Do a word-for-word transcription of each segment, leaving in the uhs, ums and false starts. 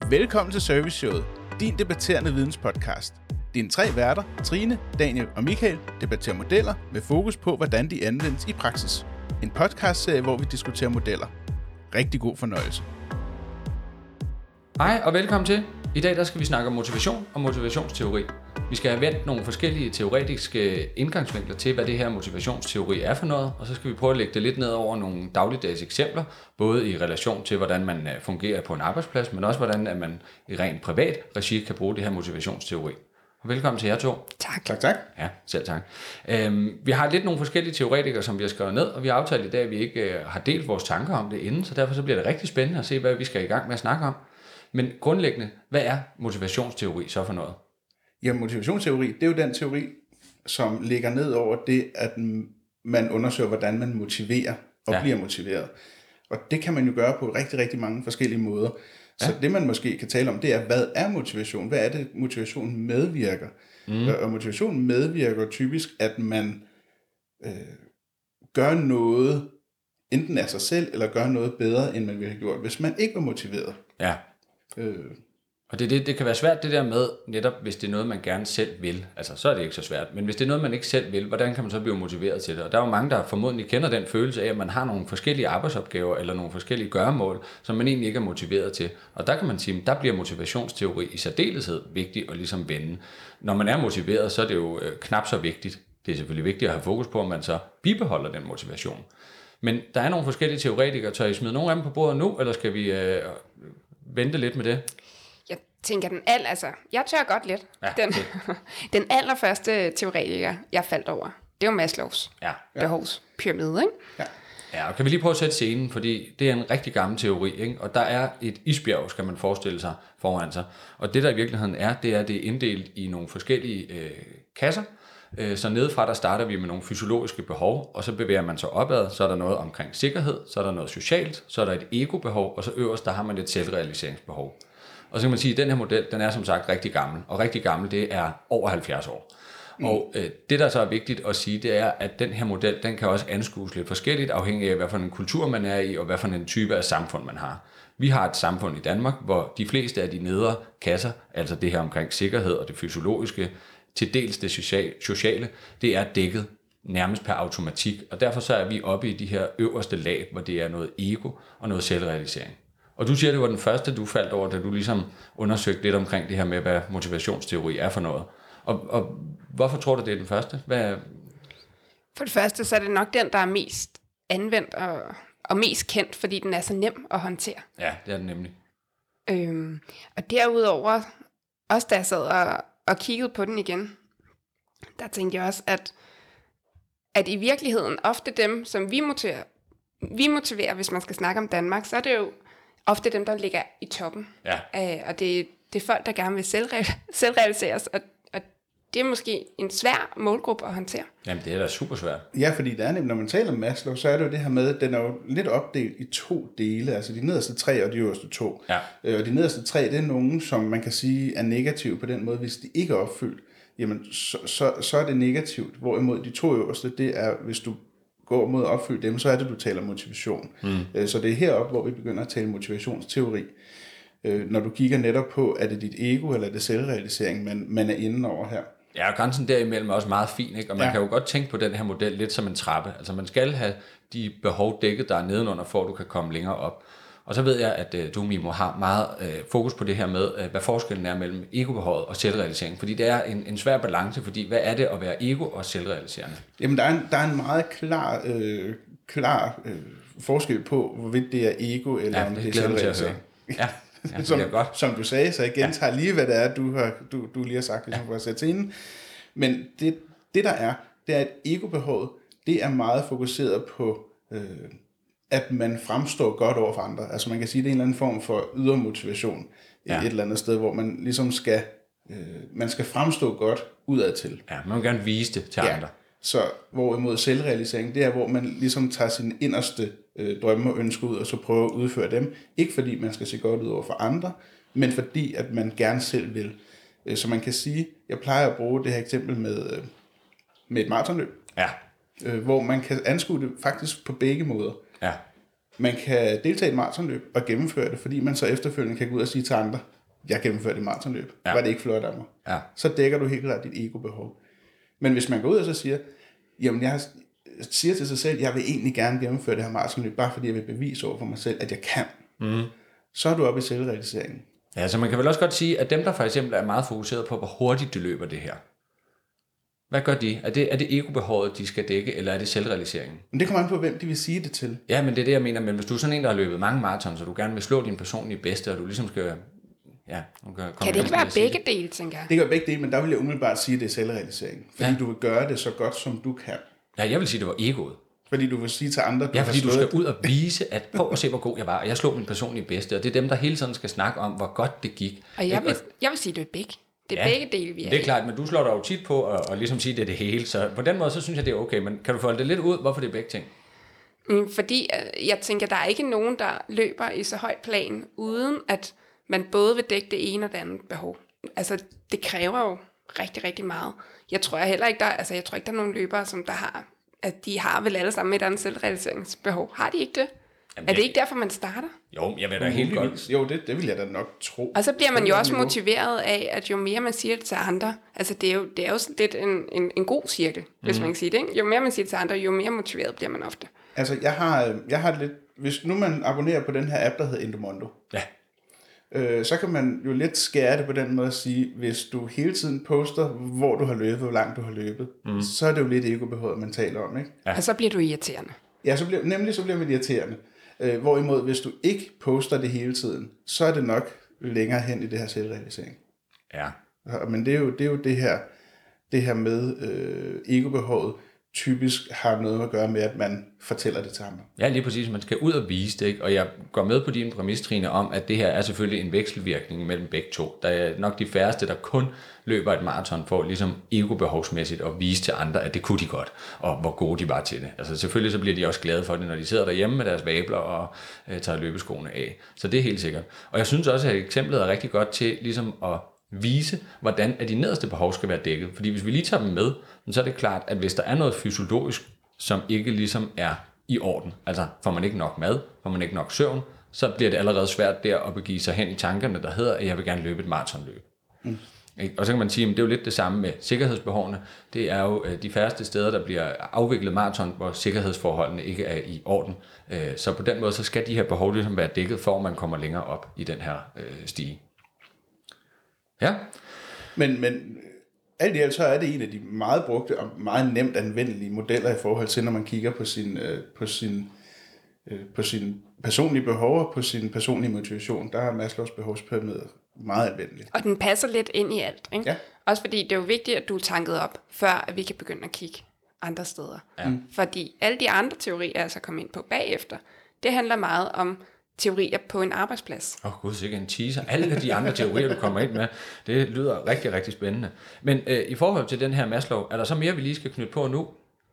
Velkommen til Serviceshowet, din debatterende videnspodcast. Dine tre værter, Trine, Daniel og Michael, debatterer modeller med fokus på, hvordan de anvendes i praksis. En podcastserie, hvor vi diskuterer modeller. Rigtig god fornøjelse. Hej og velkommen til. I dag der skal vi snakke om motivation og motivationsteori. Vi skal have vendt nogle forskellige teoretiske indgangsvinkler til, hvad det her motivationsteori er for noget, og så skal vi prøve at lægge det lidt ned over nogle dagligdags eksempler, både i relation til, hvordan man fungerer på en arbejdsplads, men også hvordan at man i rent privat regi kan bruge det her motivationsteori. Og velkommen til jer to. Tak. Tak, tak. Ja, selv tak. Øhm, vi har lidt nogle forskellige teoretikere, som vi har skrevet ned, og vi har aftalt i dag, at vi ikke øh, har delt vores tanker om det inden, så derfor så bliver det rigtig spændende at se, hvad vi skal i gang med at snakke om. Men grundlæggende, hvad er motivationsteori så for noget? Ja, motivationsteori, det er jo den teori, som ligger ned over det, at man undersøger, hvordan man motiverer og ja. bliver motiveret. Og det kan man jo gøre på rigtig, rigtig mange forskellige måder. Ja. Så det man måske kan tale om, det er, hvad er motivation? Hvad er det, motivation medvirker? Mm. Og motivation medvirker typisk, at man øh, gør noget, enten af sig selv, eller gør noget bedre, end man ville have gjort, hvis man ikke var motiveret. Ja. Øh. Og det, det, det kan være svært det der med, netop hvis det er noget, man gerne selv vil, altså så er det ikke så svært, men hvis det er noget, man ikke selv vil, hvordan kan man så blive motiveret til det? Og der er jo mange, der formodentlig kender den følelse af, at man har nogle forskellige arbejdsopgaver, eller nogle forskellige gøremål, som man egentlig ikke er motiveret til. Og der kan man sige, at der bliver motivationsteori i særdeleshed vigtigt at ligesom vende. Når man er motiveret, så er det jo øh, knap så vigtigt. Det er selvfølgelig vigtigt at have fokus på, at man så bibeholder den motivation. Men der er nogle forskellige teoretikere. Tør I smide nogle af dem på bordet nu, eller skal vi øh, vente lidt med det? Jeg tænker den al, altså, jeg tør godt lidt. Ja, den, den allerførste teoretiker, jeg faldt over, det var Maslows ja. behovspyramide, ikke? Ja. Ja, og kan vi lige prøve at sætte scenen, fordi det er en rigtig gammel teori, ikke? Og der er et isbjerg, skal man forestille sig, foran sig. Og det der i virkeligheden er, det er, det er inddelt i nogle forskellige øh, kasser. Så nedefra der starter vi med nogle fysiologiske behov, og så bevæger man sig opad, så er der noget omkring sikkerhed, så er der noget socialt, så er der et ego-behov, og så øverst der har man et selvrealiseringsbehov. Og så kan man sige, at den her model, den er som sagt rigtig gammel, og rigtig gammel, det er over halvfjerds år. Mm. Og øh, det der så er vigtigt at sige, det er, at den her model, den kan også anskues lidt forskelligt, afhængig af, hvad for en kultur man er i, og hvad for en type af samfund man har. Vi har et samfund i Danmark, hvor de fleste af de nedre kasser, altså det her omkring sikkerhed og det fysiologiske, til dels det sociale, det er dækket nærmest per automatik, og derfor så er vi oppe i de her øverste lag, hvor det er noget ego og noget selvrealisering. Og du siger, det var den første, du faldt over, da du ligesom undersøgte lidt omkring det her med, hvad motivationsteori er for noget. Og, og hvorfor tror du, det er den første? Hvad... For det første, så er det nok den, der er mest anvendt og, og mest kendt, fordi den er så nem at håndtere. Ja, det er den nemlig. Øhm, og derudover, også da jeg sad og og kiggede på den igen, der tænkte jeg også, at, at i virkeligheden, ofte dem, som vi motiverer, vi motiverer, hvis man skal snakke om Danmark, så er det jo ofte dem, der ligger i toppen. Ja. Uh, og det, det er folk, der gerne vil selvre- selvrealiseres, og, og det er måske en svær målgruppe at håndtere. Jamen, det er da super svært. Ja, fordi der er nemlig, når man taler om Maslow, så er det jo det her med, at den er jo lidt opdelt i to dele, altså de nederste tre og de øverste to. Ja. Og de nederste tre, det er nogen, som man kan sige er negative på den måde, hvis de ikke er opfyldt, jamen så, så, så er det negativt. Hvorimod de to øverste, det er, hvis du går mod at opfylde dem, så er det, du taler motivation. Mm. Så det er heroppe, hvor vi begynder at tale motivationsteori. Når du kigger netop på, er det dit ego, eller er det selvrealisering, man, man er inde over her. Ja, og grænsen derimellem er også meget fin, ikke? Og man ja. kan jo godt tænke på den her model lidt som en trappe. Altså man skal have de behov dækket, der er nedenunder, for at du kan komme længere op. Og så ved jeg, at uh, du, Mimo, har meget uh, fokus på det her med, uh, hvad forskellen er mellem egobehovet og selvrealisering. Fordi det er en, en svær balance, fordi hvad er det at være ego og selvrealiserende? Jamen, der er en, der er en meget klar, øh, klar øh, forskel på, hvorvidt det er ego, eller ja, om det, det er selvrealisering. Ja. Ja, som, godt. som du sagde, så jeg gentager ja. lige, hvad det er, du, har, du, du lige har sagt, ligesom ja. for at sætte ind. Men det, det, der er, det er, at egobehovet, det er meget fokuseret på, øh, at man fremstår godt over for andre. Altså man kan sige, det er en eller anden form for ydre motivation ja. et eller andet sted, hvor man ligesom skal, øh, man skal fremstå godt udadtil. Ja, man vil gerne vise det til ja. andre. Så hvorimod selvrealisering, det er, hvor man ligesom tager sine inderste øh, drømme og ønsker ud, og så prøver at udføre dem. Ikke fordi man skal se godt ud over for andre, men fordi at man gerne selv vil. Øh, så man kan sige, jeg plejer at bruge det her eksempel med, øh, med et maratonløb, ja. øh, hvor man kan anskue det faktisk på begge måder. Ja. Man kan deltage i et maratonløb og gennemføre det, fordi man så efterfølgende kan gå ud og sige til andre, jeg gennemførte et maratonløb. Ja. Var det ikke flot af mig? Ja. Så dækker du helt klart dit ego-behov. Men hvis man går ud og så siger, jamen jeg siger til sig selv, jeg vil egentlig gerne gennemføre det her maratonløb, bare fordi jeg vil bevise over for mig selv, at jeg kan. Mm. Så er du oppe i selvrealiseringen. Ja, så man kan vel også godt sige, at dem, der for eksempel er meget fokuseret på, hvor hurtigt de løber det her, hvad gør de? Er det, er det ego-behovet, de skal dække, eller er det selvrealiseringen? Men det kommer an på, hvem de vil sige det til. Ja, men det er det, jeg mener. Men hvis du er sådan en, der har løbet mange maraton, så du gerne vil slå din personlige bedste, og du ligesom skal... Ja, du kan, kan det ikke være begge dele, tænker jeg? Det kan være begge dele, men der vil jeg umiddelbart sige, at det er selvrealisering. Fordi ja. du vil gøre det så godt, som du kan. Ja, jeg vil sige, det var egoet. Fordi du vil sige til andre... Du ja, fordi du skal ud og vise, at prøv at se, hvor god jeg var, og jeg slog min personlige bedste, og det er dem, der hele tiden skal snakke om, hvor godt det gik. Og jeg vil, jeg vil sige, det er begge. Det er ja, begge dele, vi er. Det er klart, men du slår dig jo tit på at, at ligesom sige, det er det hele, så på den måde, så synes jeg, det er okay, men kan du folde det lidt ud, hvorfor det er begge ting? Mm, fordi jeg tænker, der er ikke nogen, der løber i så højt plan, uden at man både vil dække det ene og det andet behov. Altså, det kræver jo rigtig, rigtig meget. Jeg tror jeg heller ikke, der, altså, jeg tror ikke, der er nogen løbere, som der har, at de har vel alle sammen et andet selvrealiseringsbehov. Har de ikke det? Jamen, er det ikke derfor, man starter? Jo, jeg vil da helt godt. Jo, det, det vil jeg da nok tro. Og så bliver man jo også motiveret af, at jo mere man siger det til andre, altså det er jo, det er jo lidt en, en, en god cirkel, hvis mm. man kan sige det, ikke? Jo mere man siger det til andre, jo mere motiveret bliver man ofte. Altså, jeg har, jeg har lidt... Hvis nu man abonnerer på den her app, der hedder Endomondo, ja. øh, så kan man jo lidt skære det på den måde at sige, hvis du hele tiden poster, hvor du har løbet, hvor langt du har løbet, mm. så er det jo lidt ego-behovet, man taler om, ikke? Ja. Og så bliver du irriterende. Ja, så bliver, nemlig så bliver man irriterende. Øh, hvorimod, hvis du ikke poster det hele tiden, så er det nok længere hen i det her selvrealisering. Ja. Men det er jo det, er jo det her, det her med øh, ego-behovet, typisk har noget at gøre med, at man fortæller det til ham. Ja, lige præcis. Man skal ud og vise det, ikke? Og jeg går med på din præmis, Trine, om, at det her er selvfølgelig en vekselvirkning mellem begge to. Der er nok de færreste, der kun løber et maraton for ligesom ego-behovsmæssigt at vise til andre, at det kunne de godt, og hvor gode de var til det. Altså selvfølgelig så bliver de også glade for det, når de sidder derhjemme med deres vabler og øh, tager løbeskoene af. Så det er helt sikkert. Og jeg synes også, at eksemplet er rigtig godt til ligesom at vise, hvordan at de nederste behov skal være dækket. Fordi hvis vi lige tager dem med, så er det klart, at hvis der er noget fysiologisk, som ikke ligesom er i orden, altså får man ikke nok mad, får man ikke nok søvn, så bliver det allerede svært der at begive sig hen i tankerne, der hedder, at jeg vil gerne løbe et maratonløb. Mm. Og så kan man sige, at det er jo lidt det samme med sikkerhedsbehovene. Det er jo de færreste steder, der bliver afviklet maraton, hvor sikkerhedsforholdene ikke er i orden. Så på den måde, så skal de her behov ligesom være dækket, for at man kommer længere op i den her stige. Ja. Men, men alt i alt så er det en af de meget brugte og meget nemt anvendelige modeller i forhold til, når man kigger på sin, øh, på sin, øh, på sin personlige behov og på sin personlige motivation. Der er Maslows behovspyramide meget anvendelig. Og den passer lidt ind i alt, ikke? Ja. Også fordi det er jo vigtigt, at du er tanket op, før at vi kan begynde at kigge andre steder. Ja. Fordi alle de andre teorier, jeg altså kommer ind på bagefter, det handler meget om teorier på en arbejdsplads. Åh oh, gud, sikke en teaser. Alle de andre teorier, du kommer ind med, det lyder rigtig, rigtig spændende. Men øh, i forhold til den her Maslow, er der så mere, vi lige skal knytte på nu?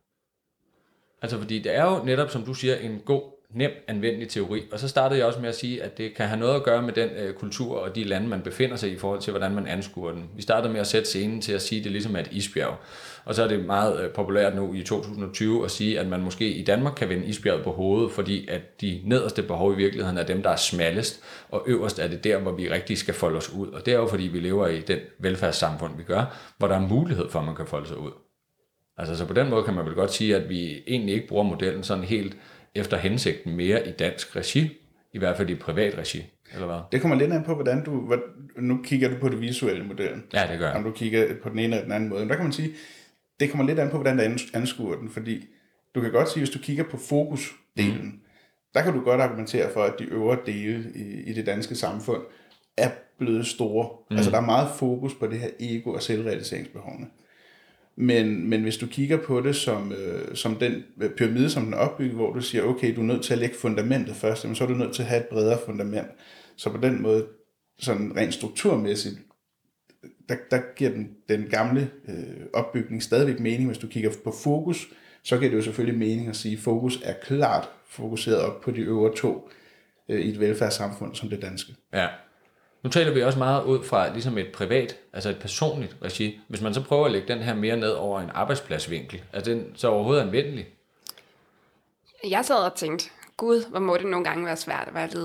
Altså, fordi det er jo netop, som du siger, en god, nem, anvendelig teori. Og så startede jeg også med at sige, at det kan have noget at gøre med den øh, kultur og de lande, man befinder sig i, i forhold til, hvordan man anskuer den. Vi startede med at sætte scenen til at sige, at det ligesom er et isbjerg. Og så er det meget øh, populært nu i to tusind og tyve at sige, at man måske i Danmark kan vende isbjerget på hovedet, fordi at de nederste behov i virkeligheden er dem, der er smallest, og øverst er det der, hvor vi rigtig skal folde os ud. Og det er jo fordi, vi lever i den velfærdssamfund, vi gør, hvor der er mulighed for, at man kan folde sig ud. Altså så på den måde kan man vel godt sige, at vi egentlig ikke bruger modellen sådan helt efter hensigten mere i dansk regi, i hvert fald i privat regi, eller hvad? Det kommer lidt an på, hvordan du, hvad, nu kigger du på det visuelle modellen. Ja, det gør jeg. Om du kigger på den ene eller den anden måde. Men der kan man sige, det kommer lidt an på, hvordan du anskuer den, fordi du kan godt sige, hvis du kigger på fokusdelen, mm. der kan du godt argumentere for, at de øvre dele i, i det danske samfund er blevet store. Mm. Altså der er meget fokus på det her ego- og selvrealiseringsbehovene. Men, men hvis du kigger på det som, øh, som den pyramide, som den er opbygget, hvor du siger, okay, du er nødt til at lægge fundamentet først, så er du nødt til at have et bredere fundament. Så på den måde, sådan rent strukturmæssigt, der, der giver den, den gamle øh, opbygning stadigvæk mening. Hvis du kigger på fokus, så giver det jo selvfølgelig mening at sige, at fokus er klart fokuseret op på de øvre to øh, i et velfærdssamfund som det danske. Ja. Nu taler vi også meget ud fra ligesom et privat, altså et personligt regi. Hvis man så prøver at lægge den her mere ned over en arbejdspladsvinkel, er den så overhovedet anvendelig? Jeg sad og tænkte, gud, hvor må det nogle gange være svært at være leder.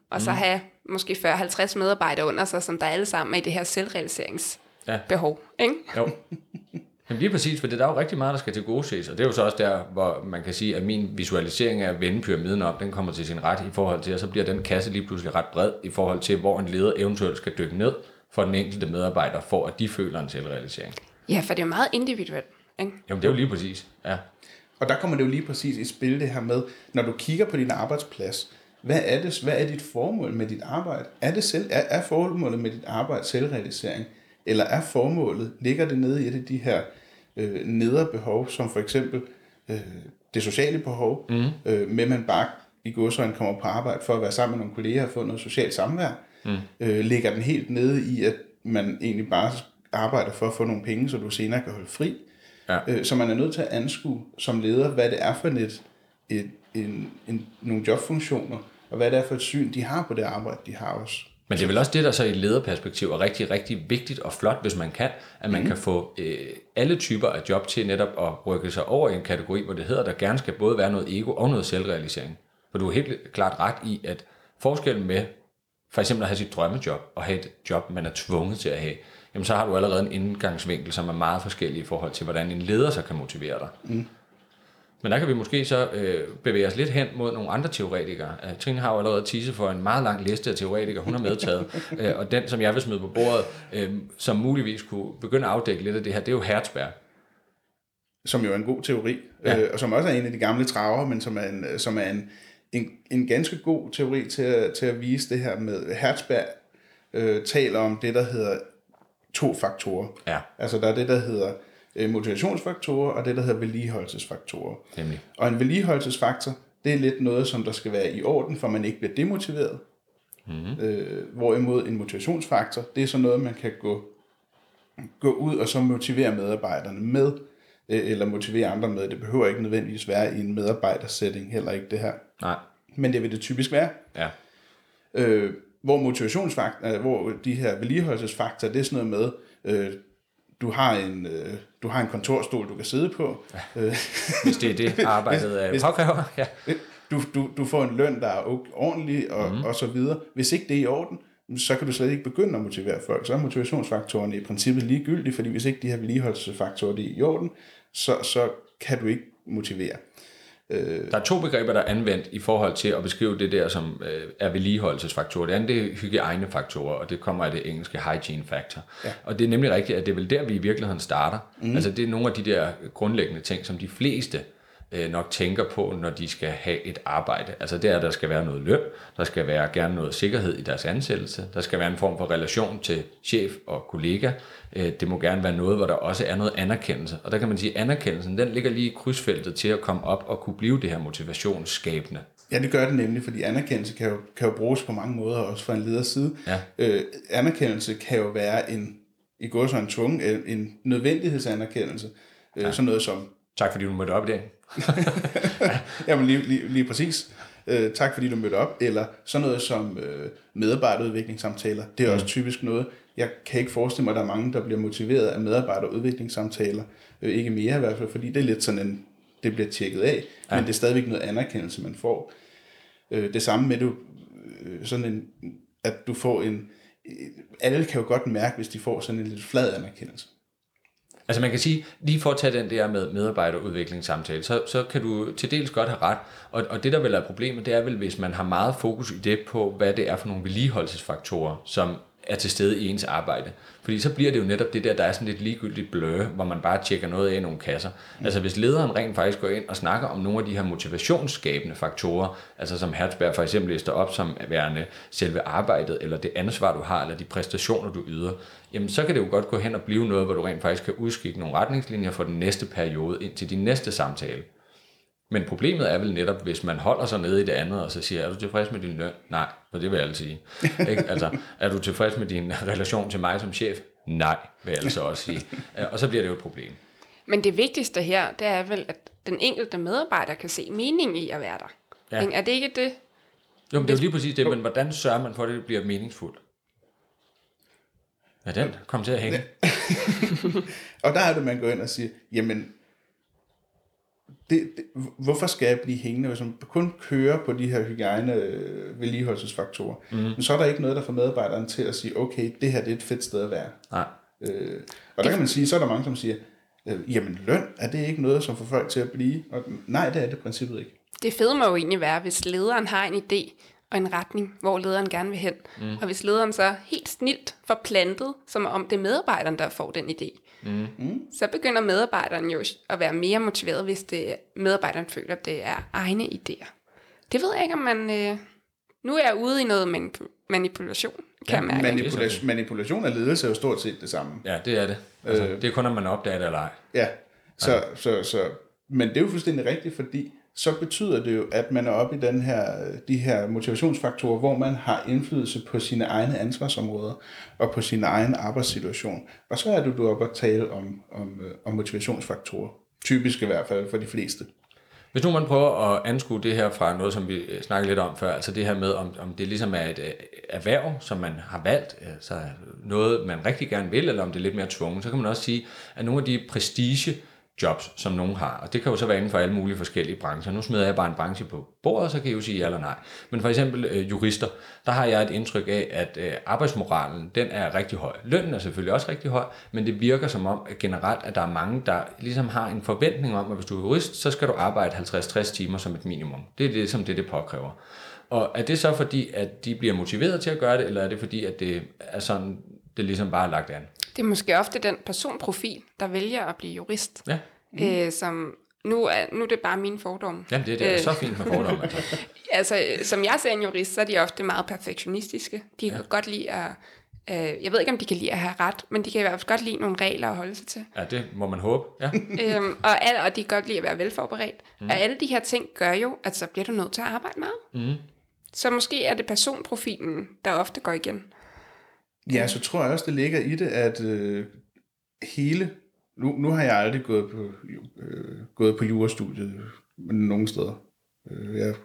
og så have måske fyrre til halvtreds medarbejdere under sig, som der alle sammen er i det her selvrealiseringsbehov. Ja. Ikke? Jo. Jamen lige præcis, for det er jo rigtig meget, der skal til gode ses, og det er jo så også der, hvor man kan sige, at min visualisering af vendepyramiden op, den kommer til sin ret i forhold til, og så bliver den kasse lige pludselig ret bred i forhold til, hvor en leder eventuelt skal dykke ned for den enkelte medarbejder, for at de føler en selvrealisering. Ja, for det er jo meget individuelt. Ikke? Jamen det er jo lige præcis, ja. Og der kommer det jo lige præcis i spil det her med, når du kigger på din arbejdsplads, hvad er det, hvad er dit formål med dit arbejde? Er, det selv, er, er formålet med dit arbejde selvrealisering? Eller er formålet, ligger det nede i et af de her øh, nedre behov, som for eksempel øh, det sociale behov, mm. øh, med man bare i godsøjne kommer på arbejde for at være sammen med nogle kolleger og få noget socialt samvær? Mm. Øh, ligger den helt nede i, at man egentlig bare arbejder for at få nogle penge, så du senere kan holde fri? Ja. Øh, så man er nødt til at anskue som leder, hvad det er for et, et, en, en, nogle jobfunktioner, og hvad det er for et syn, de har på det arbejde, de har også. Men det er vel også det, der så i et lederperspektiv er rigtig, rigtig vigtigt og flot, hvis man kan, at man mm. kan få øh, alle typer af job til netop at rykke sig over i en kategori, hvor det hedder, der gerne skal både være noget ego og noget selvrealisering. For du er helt klart ret i, at forskellen med for eksempel at have sit drømmejob og have et job, man er tvunget til at have, jamen så har du allerede en indgangsvinkel, som er meget forskellig i forhold til, hvordan en leder så kan motivere dig. Mm. Men der kan vi måske så øh, bevæge os lidt hen mod nogle andre teoretikere. Uh, Trine har jo allerede teaset for en meget lang liste af teoretikere, hun har medtaget. uh, og den, som jeg vil smide på bordet, uh, som muligvis kunne begynde at afdække lidt af det her, det er jo Herzberg. Som jo er en god teori, ja. øh, og som også er en af de gamle traver, men som er en, som er en, en, en ganske god teori til at, til at vise det her med. Herzberg øh, taler om det, der hedder to faktorer. Ja. Altså der er det, der hedder motivationsfaktorer, og det, der hedder vedligeholdelsesfaktorer. Nemlig. Og en vedligeholdelsesfaktor, det er lidt noget, som der skal være i orden, for man ikke bliver demotiveret. Mm-hmm. Øh, hvorimod en motivationsfaktor, det er sådan noget, man kan gå, gå ud og så motivere medarbejderne med, øh, eller motivere andre med. Det behøver ikke nødvendigvis være i en medarbejdersætning, heller ikke det her. Nej. Men det vil det typisk være. Ja. Øh, hvor motivationsfaktor, hvor de her vedligeholdelsesfaktorer, det er sådan noget med, øh, Du har en øh, du har en kontorstol, du kan sidde på. Ja. Hvis det er det, arbejdet påkræver. Ja. Du, du, du får en løn, der er ordentlig, og, mm. og så videre. Hvis ikke det er i orden, så kan du slet ikke begynde at motivere folk. Så er motivationsfaktorerne i princippet ligegyldige, fordi hvis ikke de her vedligeholdelsesfaktorer er i orden, så, så kan du ikke motivere. Der er to begreber, der er anvendt i forhold til at beskrive det der, som øh, er vedligeholdelsesfaktorer. Det andet det er hygiejnefaktorer, og det kommer af det engelske hygiene factor. Ja. Og det er nemlig rigtigt, at det er vel der, vi i virkeligheden starter. Mm. Altså det er nogle af de der grundlæggende ting, som de fleste øh, nok tænker på, når de skal have et arbejde. Altså det er, at der skal være noget løn, der skal være gerne noget sikkerhed i deres ansættelse, der skal være en form for relation til chef og kollega. Det må gerne være noget, hvor der også er noget anerkendelse. Og der kan man sige, at anerkendelsen, den ligger lige i krydsfeltet til at komme op og kunne blive det her motivationsskabende. Ja, det gør det nemlig, fordi anerkendelse kan jo, kan jo bruges på mange måder, også fra en leders side. Ja. Øh, anerkendelse kan jo være en, i går så en tvung, en nødvendighedsanerkendelse. Øh, ja. Sådan noget som... Tak fordi du mødte op i dag. Jamen lige, lige, lige præcis. Øh, tak fordi du mødte op. Eller sådan noget som øh, medarbejderudviklingssamtaler. Det er mm. også typisk noget. Jeg kan ikke forestille mig, at der er mange, der bliver motiveret af medarbejderudviklingssamtaler. Øh, ikke mere i hvert fald, fordi det er lidt sådan en, det bliver tjekket af. Ja. Men det er stadigvæk noget anerkendelse, man får. Øh, det samme med, du, øh, sådan en, at du får en... Alle kan jo godt mærke, hvis de får sådan en lidt flad anerkendelse. Altså man kan sige, lige for at tage den der med medarbejderudviklingssamtale, så, så kan du til dels godt have ret. Og, og det der vil er problemet, det er vel, hvis man har meget fokus i det på, hvad det er for nogle vedligeholdelsesfaktorer, som er til stede i ens arbejde. Fordi så bliver det jo netop det der, der er sådan lidt ligegyldigt blø, hvor man bare tjekker noget af i nogle kasser. Mm. Altså hvis lederen rent faktisk går ind og snakker om nogle af de her motivationsskabende faktorer, altså som Herzberg for eksempel lister op som værende selve arbejdet, eller det ansvar du har, eller de præstationer du yder, jamen så kan det jo godt gå hen og blive noget, hvor du rent faktisk kan udskikke nogle retningslinjer for den næste periode ind til din næste samtale. Men problemet er vel netop, hvis man holder sig nede i det andet, og så siger, er du tilfreds med din løn? Nej, for det vil jeg altid sige. Ikke? Altså, er du tilfreds med din relation til mig som chef? Nej, vil jeg altså også sige. Og så bliver det jo et problem. Men det vigtigste her, det er vel, at den enkelte medarbejder kan se mening i at være der. Ja. Er det ikke det? Jo, men det er jo lige præcis det, men hvordan sørger man for, at det bliver meningsfuldt? Ja, den kom til at hænge. Og der er det, man går ind og siger, jamen, det, det, hvorfor skal jeg blive hængende, hvis man kun kører på de her hygiejne vedligeholdelsesfaktorer, mm. men så er der ikke noget, der får medarbejderen til at sige, okay, det her det er et fedt sted at være. Nej. Øh, og der kan man sige, så er der mange, som siger, øh, jamen løn, er det ikke noget, som får folk til at blive? Og nej, det er det i princippet ikke. Det fede må jo egentlig være, hvis lederen har en idé og en retning, hvor lederen gerne vil hen. Mm. Og hvis lederen så helt snilt får plantet, som om det er medarbejderen, der får den idé, mm. så begynder medarbejderen jo at være mere motiveret, hvis det medarbejderen føler, at det er egne idéer. Det ved jeg ikke, om man... Øh, nu er jeg ude i noget manip- manipulation, kan ja, jeg mærke. Manipula- manipulation af ledelse er jo stort set det samme. Ja, det er det. Altså, øh, det er kun, om man opdager det eller ej. Ja, så, ja. Så, så, men det er jo fuldstændig rigtigt, fordi så betyder det jo, at man er oppe i den her, de her motivationsfaktorer, hvor man har indflydelse på sine egne ansvarsområder og på sin egen arbejdssituation. Og så er det, du er oppe at tale om, om, om motivationsfaktorer. Typisk i hvert fald for de fleste. Hvis nu man prøver at anskue det her fra noget, som vi snakkede lidt om før, altså det her med, om, om det ligesom er et erhverv, som man har valgt, altså noget, man rigtig gerne vil, eller om det er lidt mere tvunget, så kan man også sige, at nogle af de prestige jobs, som nogen har, og det kan jo så være inden for alle mulige forskellige brancher. Nu smider jeg bare en branche på bordet, så kan I jo sige ja eller nej. Men for eksempel øh, jurister, der har jeg et indtryk af, at øh, arbejdsmoralen, den er rigtig høj. Lønnen er selvfølgelig også rigtig høj, men det virker som om at generelt, at der er mange, der ligesom har en forventning om, at hvis du er jurist, så skal du arbejde halvtreds til tres timer som et minimum. Det er det, som det, det påkræver. Og er det så fordi, at de bliver motiveret til at gøre det, eller er det fordi, at det er sådan, det ligesom bare er lagt an? Det er måske ofte den personprofil, der vælger at blive jurist. Ja. Mm. Øh, som nu er, nu er det bare mine fordomme. Jamen, det, det er øh, så fint med fordomme. Altså. altså, som jeg ser en jurist, så er de ofte meget perfektionistiske. De kan ja. godt lide at... Øh, jeg ved ikke, om de kan lide at have ret, men de kan i hvert fald godt lide nogle regler at holde sig til. Ja, det må man håbe. Ja. øhm, og, al, og de kan godt lide at være velforberedt. Mm. Og alle de her ting gør jo, at så bliver du nødt til at arbejde meget. Mm. Så måske er det personprofilen, der ofte går igen. Ja, så tror jeg også, det ligger i det, at øh, hele... Nu, nu har jeg aldrig gået på, øh, gået på jurastudiet nogen steder. Øh, jeg er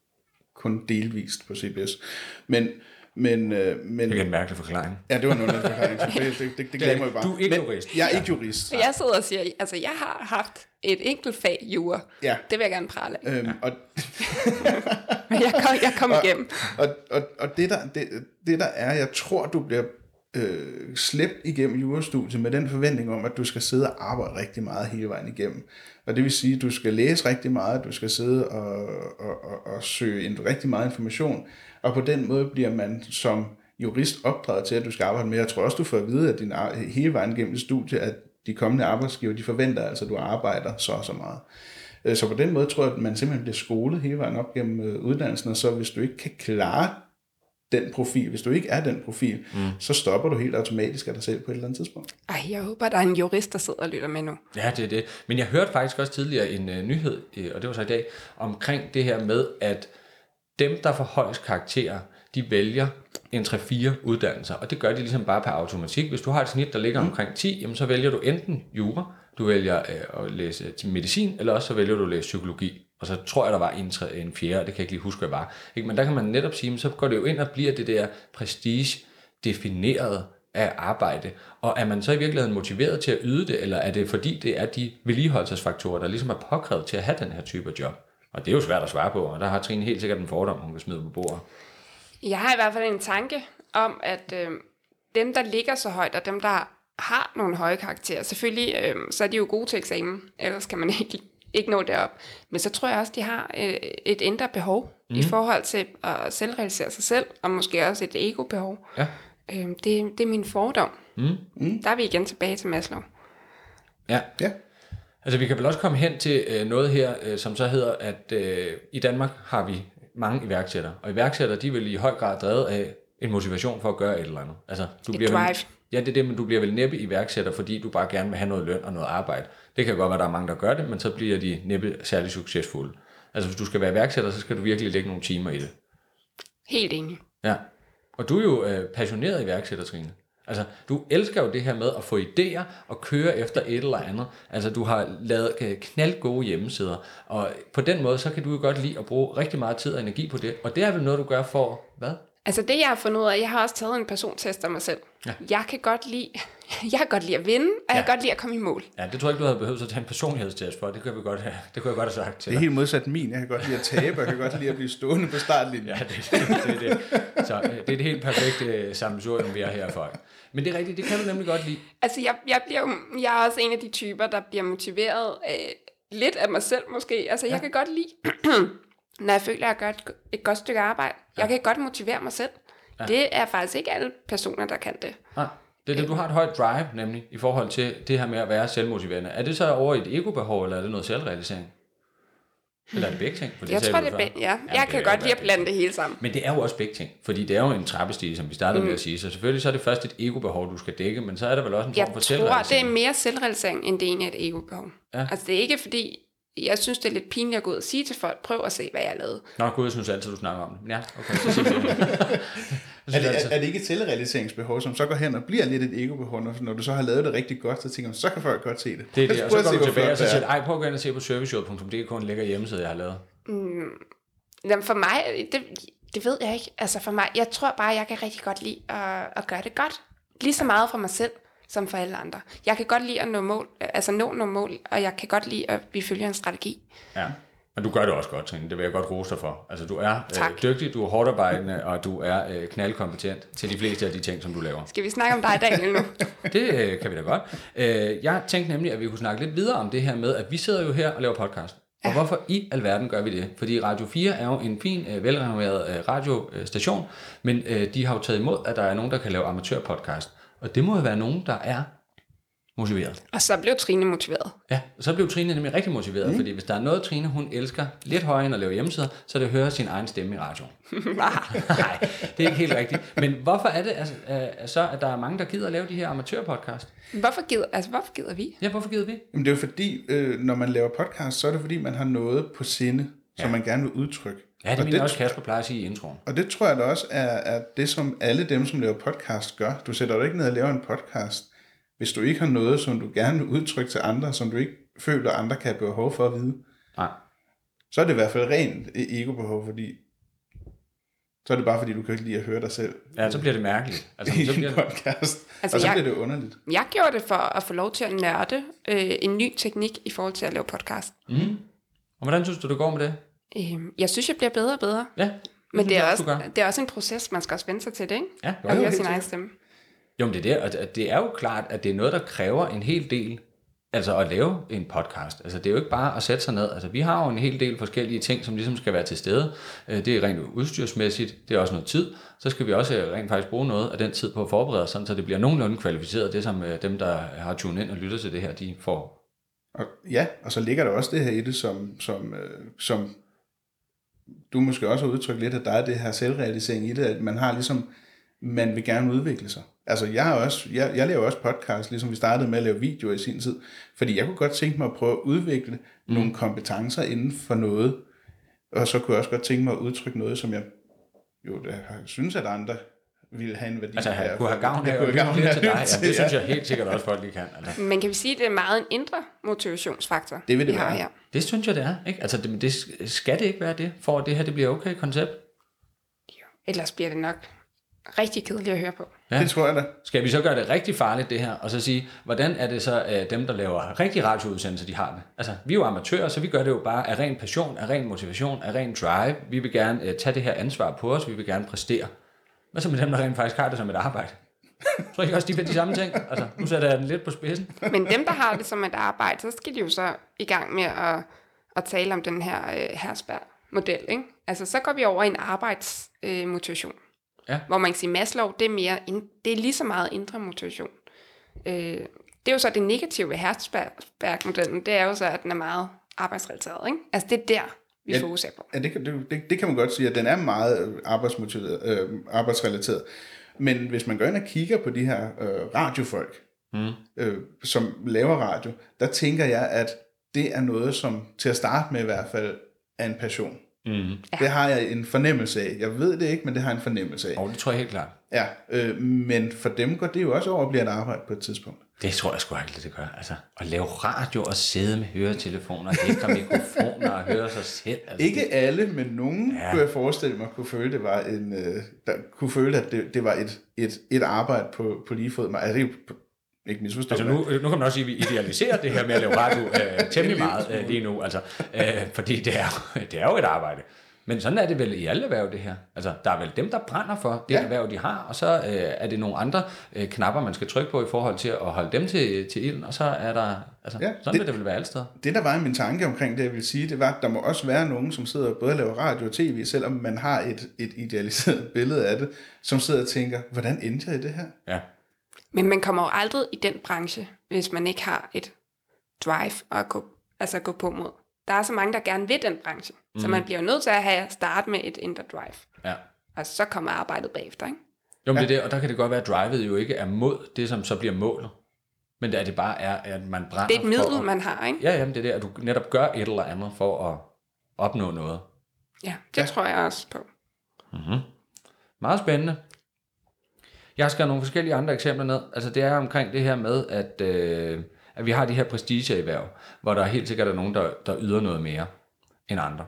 kun delvist på C B S. Men... Men, øh, men, det er en mærkelig forklaring. Ja, det var en underlig forklaring. Det, det, det, det glemmer jeg bare. Du er ikke jurist. Jeg er ikke jurist. Jeg sidder og siger, altså jeg har haft et enkelt fag jura. Ja. Det vil jeg gerne prale af. Øhm, og Men jeg kom, jeg kom og, igennem. Og, og, og det, der, det, det der er, jeg tror, du bliver øh, slæbt igennem jurastudiet med den forventning om, at du skal sidde og arbejde rigtig meget hele vejen igennem. Og det vil sige, at du skal læse rigtig meget, du skal sidde og, og, og, og søge en, rigtig meget information, og på den måde bliver man som jurist opdraget til, at du skal arbejde mere. Jeg tror også, du får at vide, at din, hele vejen gennem studiet, at de kommende arbejdsgiver, de forventer altså, at du arbejder så og så meget. Så på den måde tror jeg, at man simpelthen bliver skolet hele vejen op gennem uddannelsen, og så hvis du ikke kan klare den profil, hvis du ikke er den profil, mm. så stopper du helt automatisk af dig selv på et eller andet tidspunkt. Ej, jeg håber, der er en jurist, der sidder og lytter med nu. Ja, det er det. Men jeg hørte faktisk også tidligere en uh, nyhed, og det var så i dag, omkring det her med, at dem, der får højst karakterer, de vælger en tre fire uddannelser, og det gør de ligesom bare per automatik. Hvis du har et snit, der ligger mm. omkring ti, jamen, så vælger du enten jura, du vælger øh, at læse til medicin, eller også så vælger du at læse psykologi. Og så tror jeg, der var en, en fjerde, det kan jeg ikke lige huske, hvad var. Ikke? Men der kan man netop sige, så går det jo ind og bliver det der prestige defineret af arbejde. Og er man så i virkeligheden motiveret til at yde det, eller er det fordi, det er de vedligeholdelsesfaktorer, der ligesom er påkrævet til at have den her type af job? Og det er jo svært at svare på, og der har Trine helt sikkert en fordom, hun kan smide på bordet. Jeg har i hvert fald en tanke om, at øh, dem, der ligger så højt, og dem, der har nogle høje karakterer, selvfølgelig, øh, så er de jo gode til eksamen, ellers kan man ikke, ikke nå derop. Men så tror jeg også, de har øh, et indre behov mm. i forhold til at selvrealisere sig selv, og måske også et ego-behov. Ja. Øh, det, det er min fordom. Mm. Mm. Der er vi igen tilbage til Maslow. Ja, ja. Altså vi kan vel også komme hen til øh, noget her, øh, som så hedder, at øh, i Danmark har vi mange iværksættere, og iværksættere, de vil i høj grad drevet af en motivation for at gøre et eller andet. Altså, du et bliver drive. Vel, ja, det er det, men du bliver vel næppe iværksætter, fordi du bare gerne vil have noget løn og noget arbejde. Det kan godt være, der er mange, der gør det, men så bliver de næppe særlig succesfulde. Altså, hvis du skal være iværksætter, så skal du virkelig lægge nogle timer i det. Helt enig. Ja, og du er jo øh, passioneret iværksætter, Trine. Altså, du elsker jo det her med at få idéer og køre efter et eller andet. Altså, du har lavet knaldgode hjemmesider, og på den måde, så kan du jo godt lide at bruge rigtig meget tid og energi på det. Og det er vel noget, du gør for, hvad? Altså, det jeg har fundet ud af, jeg har også taget en persontest af mig selv. Ja. Jeg kan godt lide, jeg kan godt lide at vinde, og ja. jeg kan godt lide at komme i mål. Ja, det tror jeg ikke, du havde behøvet at tage en personlighedstest for. Det kunne vi godt have, det kunne jeg godt have sagt til dig. Det er helt modsat min. Jeg kan godt lide at tabe, og jeg kan godt lide at blive stående på startlinjen. Ja, det, det, det, det, det. Så det er det helt perfekte sammensurium, vi har her for. Men det er rigtigt, det kan du nemlig godt lide. Altså, jeg, jeg, bliver, jeg er også en af de typer, der bliver motiveret øh, lidt af mig selv måske. Altså, jeg ja. kan godt lide, når jeg føler, at jeg gør et, et godt stykke arbejde. Ja. Jeg kan godt motivere mig selv. Ja. Det er faktisk ikke alle personer, der kan det. Nej. Det er det, du har et højt drive, nemlig, i forhold til det her med at være selvmotiverende. Er det så over et ego-behov, eller er det noget selvrealisering? Eller er det begge ting? Jeg tror, det er begge, ja. Jeg kan godt lide at blande det hele sammen. Men det er jo også begge ting, fordi det er jo en trappestige, som vi startede mm. med at sige. Så selvfølgelig så er det først et ego-behov, du skal dække, men så er der vel også en form jeg for selvrealisering. Jeg tror, det er mere selvrealisering, end det egentlig er et ego-behov. Ja. Altså, det er ikke fordi... Jeg synes, det er lidt pinligt at gå ud og sige til folk, prøv at se, hvad jeg lavede. Nå, gud, jeg synes altid, du snakker om det. Ja, okay, så siger det. er, det, er, er det ikke et selvrealiseringsbehov, som så går hen og bliver lidt et ego-behov, når du så har lavet det rigtig godt, så tænker man, så kan folk godt se det. Det er det, og så går du tilbage og så siger, ej, prøv at gå ind og se på serviceshowet punktum d k, en lækker hjemmeside, jeg har lavet. Mm, jamen for mig, det, det ved jeg ikke. Altså for mig, jeg tror bare, jeg kan rigtig godt lide at, at gøre det godt. Lige så meget for mig selv, som for alle andre. Jeg kan godt lide at nå mål, altså nå nogle mål, og jeg kan godt lide, at vi følger en strategi. Ja, og du gør det også godt, Trine. Det vil jeg godt rose dig for. Altså, du er øh, dygtig, du er hårdt arbejdende, og du er øh, knaldkompetent til de fleste af de ting, som du laver. Skal vi snakke om dig, Daniel, nu? Det øh, kan vi da godt. Øh, jeg tænkte nemlig, at vi kunne snakke lidt videre om det her med, at vi sidder jo her og laver podcast. Ja. Og hvorfor i alverden gør vi det? Fordi Radio fire er jo en fin, øh, velrenommeret øh, radiostation, men øh, de har jo taget imod, at der er nogen, der kan lave amatørpodcast. Og det må jo være nogen, der er motiveret. Og så blev Trine motiveret. Ja, og så blev Trine nemlig rigtig motiveret, mm. fordi hvis der er noget, Trine hun elsker lidt højere end at lave hjemmesider, så er det at høre sin egen stemme i radio. Nej, det er ikke helt rigtigt. Men hvorfor er det altså, uh, så, at der er mange, der gider at lave de her amatørpodcast? Hvorfor gider, altså, hvorfor gider vi? Ja, hvorfor gider vi? Jamen, det er jo fordi, øh, når man laver podcast, så er det fordi, man har noget på sinde, ja. som man gerne vil udtrykke. Ja, det er min også Kasper plejer at sige i introen. Og det tror jeg da også er, er det, som alle dem, som laver podcast, gør. Du sætter dig ikke ned og laver en podcast, hvis du ikke har noget, som du gerne vil udtrykke til andre, som du ikke føler, andre kan have behov for at vide. Nej. Så er det i hvert fald rent ego-behov, fordi så er det bare fordi, du kan ikke lide at høre dig selv. Ja, så bliver det mærkeligt. Altså, i så bliver en podcast. Altså, og så jeg, bliver det underligt. Jeg gjorde det for at få lov til at nørde øh, en ny teknik i forhold til at lave podcast. Mm. Og hvordan synes du, det går med det? Øhm, jeg synes, jeg bliver bedre og bedre. Ja, det men det er, også, det er også en proces, man skal også vende sig til det, ikke? Ja, og høre sin egen stemme. Jo, men det er, det, og det er jo klart, at det er noget, der kræver en hel del, altså at lave en podcast. Altså det er jo ikke bare at sætte sig ned. Altså vi har jo en hel del forskellige ting, som ligesom skal være til stede. Det er rent udstyrsmæssigt, det er også noget tid. Så skal vi også rent faktisk bruge noget af den tid på at forberede os, sådan, så det bliver nogenlunde kvalificeret, det som dem, der har tunet ind og lyttet til det her, de får. Og, ja, og så ligger der også det her i det, som, som, som du måske også har udtrykt lidt, at der er det her selvrealisering i det, at man har ligesom, man vil gerne udvikle sig. Altså, jeg har også, jeg, jeg laver også podcast, ligesom vi startede med at lave videoer i sin tid, fordi jeg kunne godt tænke mig at prøve at udvikle mm. nogle kompetencer inden for noget, og så kunne jeg også godt tænke mig at udtrykke noget, som jeg jo det, jeg synes, at andre ville have en værdi. Altså, jeg kunne have gavn af at lytte lidt til dig. Ja, det synes jeg helt sikkert også, folk lige kan. Altså. Men kan vi sige, at det er meget en indre motivationsfaktor? Det vil det være. Her. Det synes jeg, det er. Ikke? Altså, det, det, skal det ikke være det, for at det her det bliver okay koncept? Jo, ellers bliver det nok rigtig kedeligt at høre på. Ja. Det tror jeg da. Skal vi så gøre det rigtig farligt, det her, og så sige, hvordan er det så, at dem, der laver rigtig radioudsendelser, de har det? Altså, vi er jo amatører, så vi gør det jo bare af ren passion, af ren motivation, af ren drive. Vi vil gerne uh, tage det her ansvar på os, vi vil gerne præstere. Hvad så med dem, der rent faktisk har det som et arbejde? Jeg tror ikke også, de vil de samme ting. Altså, nu sætter jeg den lidt på spidsen. Men dem, der har det som et arbejde, så skal de jo så i gang med at, at tale om den her uh, Herzberg-model, ikke? Altså, så går vi over i en arbejdsmotivation. Uh, Ja. Hvor man kan sige, Maslow, det er, mere, det er lige så meget indre motivation. Øh, det er jo så det negative ved Herzberg-modellen, det er jo så, at den er meget arbejdsrelateret. Ikke? Altså det er der, vi ja, fokuserer på. Ja, det, det, det kan man godt sige, at den er meget arbejdsmotiveret, øh, arbejdsrelateret. Men hvis man går ind og kigger på de her øh, radiofolk, mm. øh, som laver radio, der tænker jeg, at det er noget, som til at starte med i hvert fald er en passion. Mm. Ja. Det har jeg en fornemmelse af. Jeg ved det ikke, men det har jeg en fornemmelse af. Og det tror jeg helt klart. Ja, øh, men for dem går det jo også over at blive et arbejde på et tidspunkt. Det tror jeg sgu aldrig, det gør. Altså, at lave radio og sidde med høretelefoner, hæfter mikrofoner og høre sig selv. Altså, ikke det... alle, men nogen ja. kunne jeg forestille mig, kunne føle, det var en, øh, der kunne føle, at det, det var et, et, et arbejde på, på lige fod. Altså, ikke misforstå Altså nu, nu kan man også sige, at vi idealiserer det her med at lave radio øh, temmelig meget øh, lige nu, altså, øh, fordi det er, det er jo et arbejde. Men sådan er det vel i alle erhverv, det her. Altså, der er vel dem, der brænder for det ja. erhverv, de har, og så øh, er det nogle andre øh, knapper, man skal trykke på i forhold til at holde dem til, til ilden, og så er der, altså, ja, sådan det, vil det vel være alle steder. Det, der var i min tanke omkring det, jeg vil sige, det var, at der må også være nogen, som sidder og både laver radio og tv, selvom man har et, et idealiseret billede af det, som sidder og tænker, hvordan endte jeg i det her? Ja. Men man kommer jo aldrig i den branche, hvis man ikke har et drive at gå, altså gå på mod. Der er så mange, der gerne vil den branche, mm. så man bliver jo nødt til at have start med et indre drive. Ja. Og så kommer arbejdet bagefter, ikke? Jo, men ja. det er det, og der kan det godt være, at drivet jo ikke er mod det, som så bliver målet. Men at det bare er, at man brænder. Det er et middel, at, man har, ikke? Ja, jamen det er det, at du netop gør et eller andet for at opnå noget. Ja, det ja. tror jeg også på. Mm-hmm. Meget spændende. Jeg har skrevet nogle forskellige andre eksempler ned. Altså det er omkring det her med, at, øh, at vi har de her prestigeerhverv, hvor der helt sikkert er nogen, der, der yder noget mere end andre.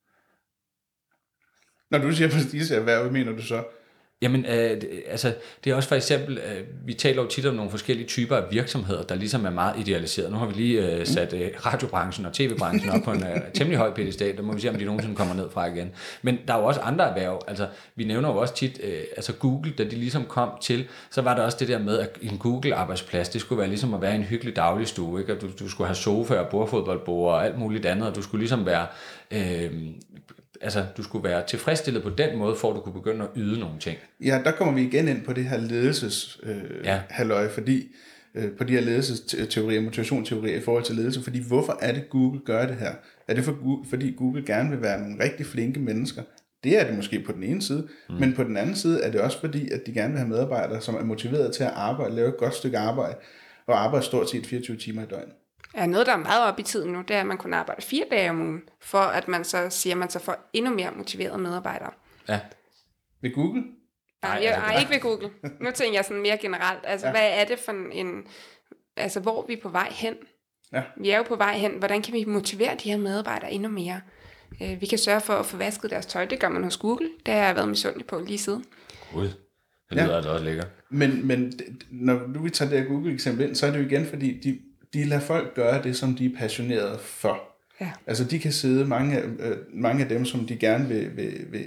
Når du siger prestigeerhverv, hvad mener du så? Jamen, øh, altså, det er også for eksempel, øh, vi taler jo tit om nogle forskellige typer af virksomheder, der ligesom er meget idealiseret. Nu har vi lige øh, sat øh, radiobranchen og tv-branchen op på en øh, temmelig høj pedestal, der må vi se, om de nogensinde kommer ned fra igen. Men der er jo også andre erhverv, altså vi nævner jo også tit, øh, altså Google, da de ligesom kom til, så var der også det der med, at en Google-arbejdsplads, det skulle være ligesom at være en hyggelig dagligstue, ikke? Og du, du skulle have sofa og bordfodboldbord og alt muligt andet, og du skulle ligesom være... Øh, Altså, du skulle være tilfredsstillet på den måde, for at du kunne begynde at yde nogle ting. Ja, der kommer vi igen ind på det her ledelses øh, ja. halløj, fordi øh, på de her ledelsesteorier, motivationsteorier i forhold til ledelse, fordi hvorfor er det, Google gør det her? Er det for, fordi Google gerne vil være nogle rigtig flinke mennesker? Det er det måske på den ene side, mm. men på den anden side er det også fordi, at de gerne vil have medarbejdere, som er motiveret til at arbejde, lave et godt stykke arbejde, og arbejde stort set fireogtyve timer i døgnet. Ja, noget, der er meget op i tiden nu, det er, at man kun arbejder fire dage om ugen, for at man så siger, at man så får endnu mere motiverede medarbejdere. Ja. Ved Google? Nej, jeg, altså, ej, ikke ved Google. Nu tænker jeg sådan mere generelt. Altså, ja. Hvad er det for en... Altså, hvor er vi på vej hen? Ja. Vi er jo på vej hen. Hvordan kan vi motivere de her medarbejdere endnu mere? Vi kan sørge for at få vasket deres tøj. Det gør man hos Google. Det har jeg været misundelig på lige siden. Gud, det lyder ja. altså også lækkert. Men, men når nu vi tager det her Google-eksempel ind, så er det jo igen, fordi de... de lader folk gøre det, som de er passionerede for. Ja. Altså de kan sidde, mange af, øh, mange af dem, som de gerne vil, vil, vil,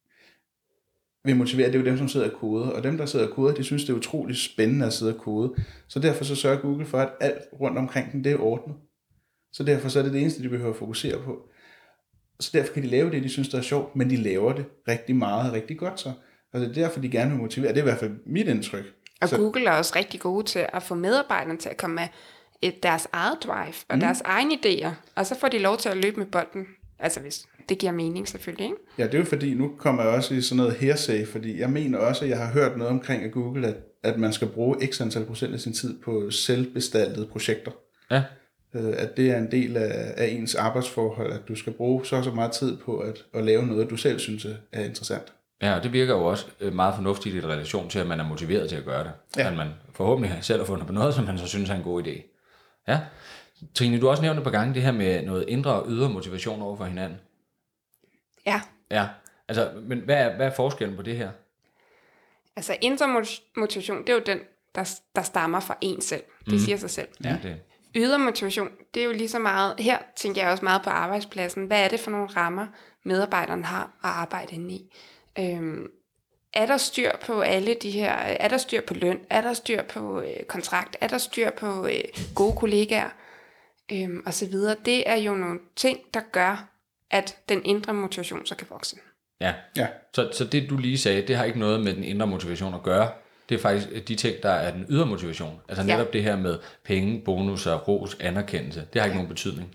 vil motivere, det er jo dem, som sidder og koder. Og dem, der sidder og koder, de synes, det er utroligt spændende at sidde og kode. Så derfor så sørger Google for, at alt rundt omkring den, det er ordnet. Så derfor så er det det eneste, de behøver at fokusere på. Så derfor kan de lave det, de synes, der er sjovt, men de laver det rigtig meget og rigtig godt så. Altså det er derfor, de gerne vil motivere. Det er i hvert fald mit indtryk. Og så. Google er også rigtig gode til at få medarbejderne til at komme med et, deres eget drive og mm. deres egne idéer, og så får de lov til at løbe med bolden. Altså hvis det giver mening selvfølgelig, ikke? Ja, det er jo fordi, nu kommer jeg også i sådan noget hearsay, fordi jeg mener også, at jeg har hørt noget omkring af Google, at, at man skal bruge x antal procent af sin tid på selvbestaltede projekter. Ja. At det er en del af, af ens arbejdsforhold, at du skal bruge så så meget tid på at, at lave noget, du selv synes er interessant. Ja, og det virker jo også meget fornuftigt i relation til, at man er motiveret til at gøre det. Ja. At man forhåbentlig selv har fundet på noget, som man så synes er en god idé. Ja. Trine, du har også nævnt et par gange det her med noget indre og ydre motivation over for hinanden. Ja. Ja, altså, men hvad er, hvad er forskellen på det her? Altså, indre motivation, det er jo den, der, der stammer fra en selv. Det mm. siger sig selv. Ja, det. Ydre motivation, det er jo lige så meget, her tænker jeg også meget på arbejdspladsen. Hvad er det for nogle rammer, medarbejderne har at arbejde inde i? Øhm, er der styr på alle de her, er der styr på løn, er der styr på øh, kontrakt, er der styr på øh, gode kollegaer, øhm, og så videre. Det er jo nogle ting, der gør, at den indre motivation så kan vokse. Ja, ja. Så, så det du lige sagde, det har ikke noget med den indre motivation at gøre. Det er faktisk de ting, der er den ydre motivation. Altså netop ja. det her med penge, bonusser, ros, anerkendelse. Det har ikke ja. nogen betydning.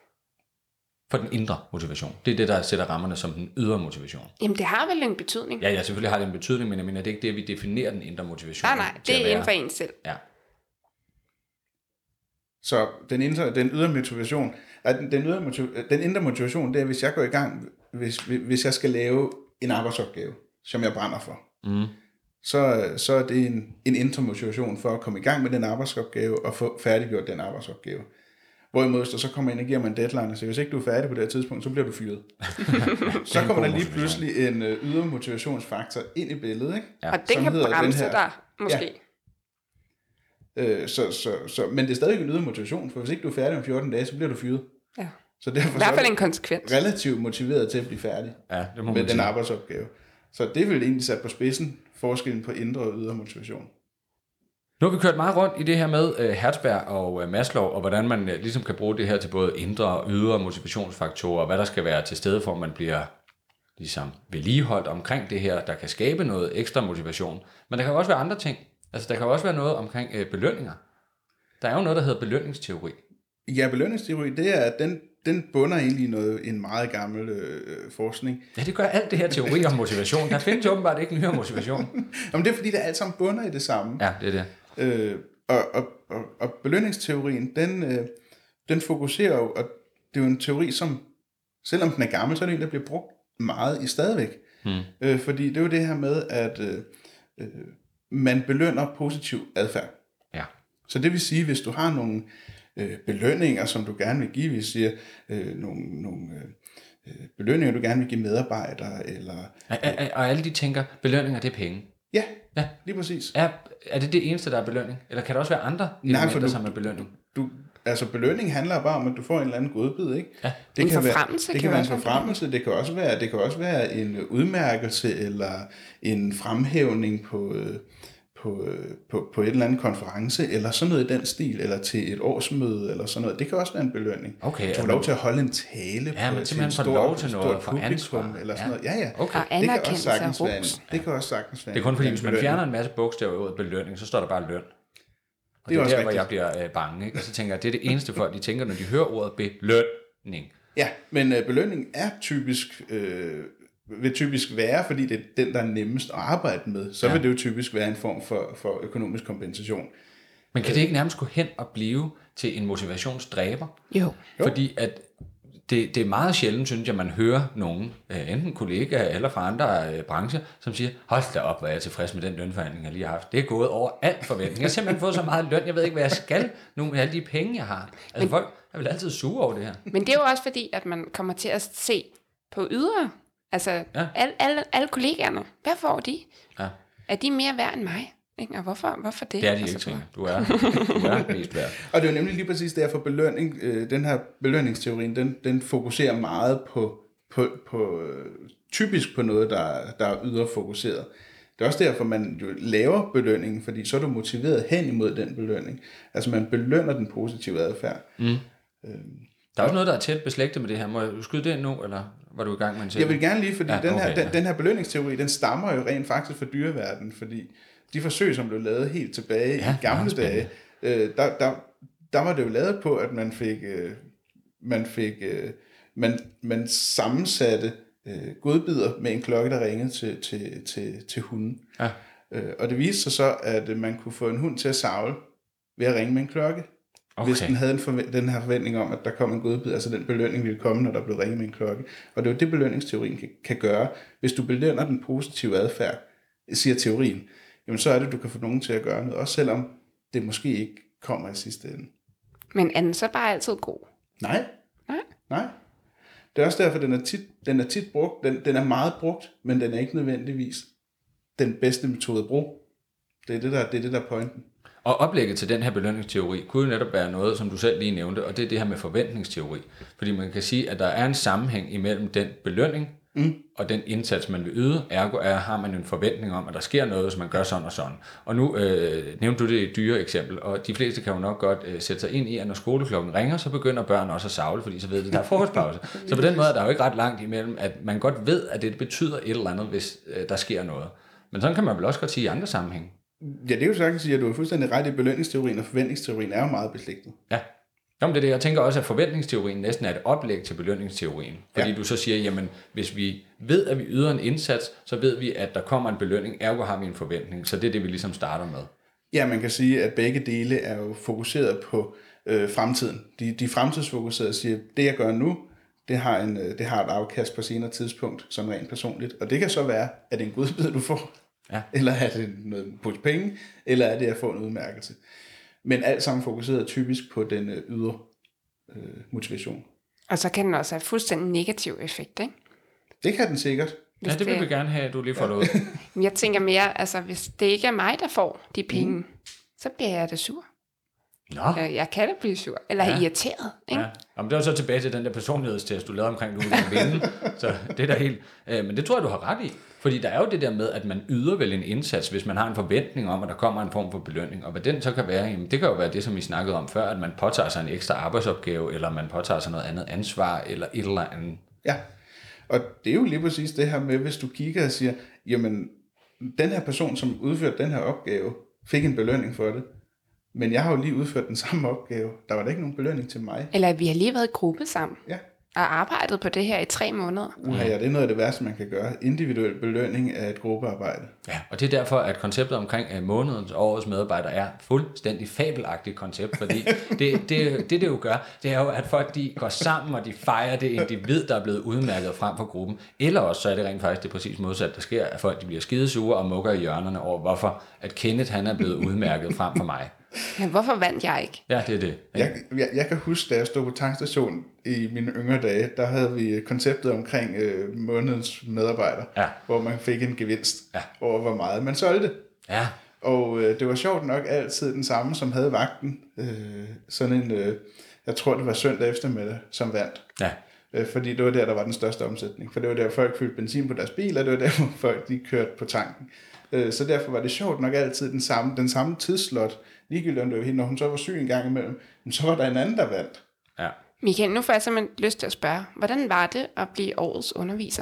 For den indre motivation. Det er det, der sætter rammerne som den ydre motivation. Jamen, det har vel en betydning? Ja, ja, selvfølgelig har det en betydning, men jeg mener, det er ikke det, vi definerer den indre motivation. Nej, nej, det er inden for en selv. Ja. Så den indre, den ydre motivation, den, den, ydre motiv, den indre motivation, det er, hvis jeg går i gang, hvis, hvis jeg skal lave en arbejdsopgave, som jeg brænder for, mm. så, så er det en, en indre motivation for at komme i gang med den arbejdsopgave og få færdiggjort den arbejdsopgave. Hvorimod, hvis der så kommer ind og giver mig en deadline, og siger, hvis ikke du er færdig på det her tidspunkt, så bliver du fyret. Så kommer der lige pludselig en uh, ydre motivationsfaktor ind i billedet, ikke? Ja. Og den kan bremse dig, måske. Øh, så, så, så, men det er stadig en ydre motivation, for hvis ikke du er færdig om fjorten dage, så bliver du fyret. Ja. Så derfor I hvert fald en konsekvens. Relativt motiveret til at blive færdig Ja, det må med man den sige. arbejdsopgave. Så det er vel egentlig sat på spidsen, forskellen på indre og ydre motivation. Nu har vi kørt meget rundt i det her med uh, Hertzberg og uh, Maslow, og hvordan man uh, ligesom kan bruge det her til både indre og ydre motivationsfaktorer, og hvad der skal være til stede for, at man bliver ligesom vedligeholdt omkring det her, der kan skabe noget ekstra motivation. Men der kan jo også være andre ting. Altså, der kan jo også være noget omkring uh, belønninger. Der er jo noget, der hedder belønningsteori. Ja, belønningsteori, det er, at den, den bunder egentlig i noget, en meget gammel øh, forskning. Ja, det gør alt det her teori om motivation. Der findes åbenbart ikke nyere motivation. Jamen, det er fordi, der alt sammen bunder i det samme. Ja, det er det. Øh, og, og, og, og belønningsteorien, den, øh, den fokuserer jo, og det er jo en teori, som, selvom den er gammel, så er det en, der bliver brugt meget i stadigvæk. Hmm. Øh, fordi det er jo det her med, at øh, øh, man belønner positiv adfærd. Ja. Så det vil sige, hvis du har nogle øh, belønninger, som du gerne vil give, vi siger øh, nogle, nogle øh, belønninger, du gerne vil give medarbejdere, eller... Og, og, og alle de tænker, belønninger, det er penge. Ja, ja. Lige præcis. Er, er det det eneste, der er belønning? Eller kan der også være andre elementer, du, som er belønning? Du, altså belønning handler bare om, at du får en eller anden godbid, ikke? Ja. Det en kan forfremmelse. Være, det kan være en forfremmelse, det kan også være, det kan også være en udmærkelse, eller en fremhævning på, på, på, på et eller andet konference, eller sådan noget i den stil, eller til et årsmøde, eller sådan noget. Det kan også være en belønning. Okay, du får lov til at holde en tale ja, på, men til en stor, lov til noget for ansvar. Eller sådan ja. noget. Ja, ja. Okay. Og anerkendelse af ros. Det kan også sagtens være. Det er kun fordi, hvis man fjerner en masse bogstaver ud af belønning, så står der bare løn. Og det er, det er der, hvor jeg bliver øh, bange. Ikke? Og så tænker jeg, det er det eneste folk, de tænker, når de hører ordet belønning. Ja, men øh, belønning er typisk, øh, vil typisk være, fordi det er den, der er nemmest at arbejde med, så ja. vil det jo typisk være en form for, for økonomisk kompensation. Men kan det ikke nærmest gå hen og blive til en motivationsdræber? Jo. Fordi at det, det er meget sjældent, synes jeg, man hører nogen, enten kollegaer eller fra andre øh, brancher, som siger, hold da op, hvor er jeg tilfreds med den lønforhandling, jeg lige har haft. Det er gået over alt forventning. Jeg har simpelthen fået så meget løn, jeg ved ikke, hvad jeg skal nu med alle de penge, jeg har. Altså men, folk er vel altid sure over det her. Men det er jo også fordi, at man kommer til at se på ydre. Altså, ja. alle, alle, alle kollegaerne, hvad får de? Ja. Er de mere værd end mig? Ikke? Og hvorfor, hvorfor det? Det er de altså, ikke, Trine. Du er, du er mest værd. Og det er jo nemlig lige præcis derfor belønning, øh, den her belønningsteorien, den, den fokuserer meget på, på, på øh, typisk på noget, der, der er ydre fokuseret. Det er også derfor, man jo laver belønningen, fordi så er du motiveret hen imod den belønning. Altså man belønner den positive adfærd. Mm. Øhm, der er også noget, der er tæt beslægtet med det her. Må jeg skyde det nu, eller var du i gang med en Jeg vil gerne lige, fordi ja, den, okay, her, den, ja. den her belønningsteori, den stammer jo rent faktisk fra dyreverdenen, fordi de forsøg, som blev lavet helt tilbage ja, i gamle dage, øh, der, der, der var det jo lavet på, at man fik, øh, man fik, øh, man, man sammensatte øh, godbidder med en klokke, der ringede til, til, til, til hunden. Ja. Øh, og det viste sig så, at øh, man kunne få en hund til at savle ved at ringe med en klokke. Okay. Hvis den havde en forve- den her forventning om, at der kom en godbid, altså den belønning ville komme, når der blev ringet med en klokke. Og det er jo det, belønningsteorien kan, kan gøre. Hvis du belønner den positive adfærd, siger teorien, jamen så er det, du kan få nogen til at gøre noget, også selvom det måske ikke kommer i sidste ende. Men er den så bare altid god? Nej. Nej? Nej. Det er også derfor, den er tit, den er tit brugt. Den, den er meget brugt, men den er ikke nødvendigvis den bedste metode at bruge. Det er det, der, det er det, der er pointen. Og oplægget til den her belønningsteori kunne jo netop være noget, som du selv lige nævnte, og det er det her med forventningsteori. Fordi man kan sige, at der er en sammenhæng imellem den belønning mm. og den indsats, man vil yde. Ergo er, har man en forventning om, at der sker noget, hvis man gør sådan og sådan. Og nu øh, nævnte du det et dyre eksempel, og de fleste kan jo nok godt øh, sætte sig ind i, at når skoleklokken ringer, så begynder børn også at savle, fordi så ved det, der er frokostpause. Så på den måde er der jo ikke ret langt imellem, at man godt ved, at det betyder et eller andet, hvis øh, der sker noget. Men sådan kan man vel også godt sige i andre sammenhæng. Ja, det er jo sagtens at sige, at du er fuldstændig ret i belønningsteorien, og forventningsteorien er jo meget beslægtet. Ja, Jamen, det er det. Jeg tænker også, at forventningsteorien næsten er et oplæg til belønningsteorien. Fordi ja. Du så siger, jamen, hvis vi ved, at vi yder en indsats, så ved vi, at der kommer en belønning, ergo har vi en forventning. Så det er det, vi ligesom starter med. Ja, man kan sige, at begge dele er jo fokuseret på øh, fremtiden. De, de fremtidsfokuserede siger, det jeg gør nu, det har, en, det har et afkast på senere tidspunkt, sådan rent personligt. Og det kan så være, at det er en godbid, du får, ja. Eller er det noget på penge, eller er det at få en udmærkelse. Men alt sammen fokuseret typisk på den øh, ydre øh, motivation. Og så kan den også have fuldstændig negativ effekt, ikke? Det kan den sikkert. Ja, det vil det... vi gerne have, at du lige får det ud. Jeg tænker mere, altså hvis det ikke er mig, der får de penge, mm. så bliver jeg da sur. Nå. Jeg, jeg kan da blive sur, eller Ja. irriteret. Ikke? Ja. Jamen, det var så tilbage til den der personlighedstest, du lavede omkring, du ville vinde. Så det er da helt... Øh, men det tror jeg, du har ret i. Fordi der er jo det der med, at man yder vel en indsats, hvis man har en forventning om, at der kommer en form for belønning. Og hvad den så kan være, jamen, det kan jo være det, som vi snakkede om før, at man påtager sig en ekstra arbejdsopgave, eller man påtager sig noget andet ansvar, eller et eller andet. Ja, og det er jo lige præcis det her med, hvis du kigger og siger, jamen, den her person, som udførte den her opgave, fik en belønning for det. Men jeg har jo lige udført den samme opgave. Der var da ikke nogen belønning til mig. Eller vi har lige været i gruppe sammen. Ja. Og arbejdet på det her i tre måneder. Uha, ja, det er noget af det værste, man kan gøre. Individuel belønning af et gruppearbejde. Ja, og det er derfor, at konceptet omkring uh, månedens årets medarbejder er fuldstændig fabelagtigt koncept, fordi det, det, det, det jo gør, det er jo, at folk de går sammen, og de fejrer det individ, der er blevet udmærket frem for gruppen. Eller også så er det rent faktisk det præcis modsat, der sker, at folk de bliver skidesure og mukker i hjørnerne over, hvorfor at Kenneth han er blevet udmærket frem for mig. Ja, hvorfor vandt jeg ikke? Ja, det er det. Jeg, jeg, jeg kan huske, da jeg stod på tankstationen i mine yngre dage, der havde vi konceptet omkring øh, månedens medarbejder, Ja. hvor man fik en gevinst Ja. over, hvor meget man solgte. Ja. Og øh, det var sjovt nok altid den samme, som havde vagten. Øh, sådan en, øh, jeg tror det var søndag eftermiddag, som vandt. Ja. Øh, fordi det var der, der var den største omsætning. For det var der, folk fyldte benzin på deres bil, og det var der, hvor folk de kørte på tanken. Øh, så derfor var det sjovt nok altid den samme, den samme tidsslot. Ligegyldigt om det var hende, når hun så var syg en gang imellem, så var der en anden, der vandt. Ja. Michael, nu får jeg simpelthen lyst til at spørge, hvordan var det at blive årets underviser?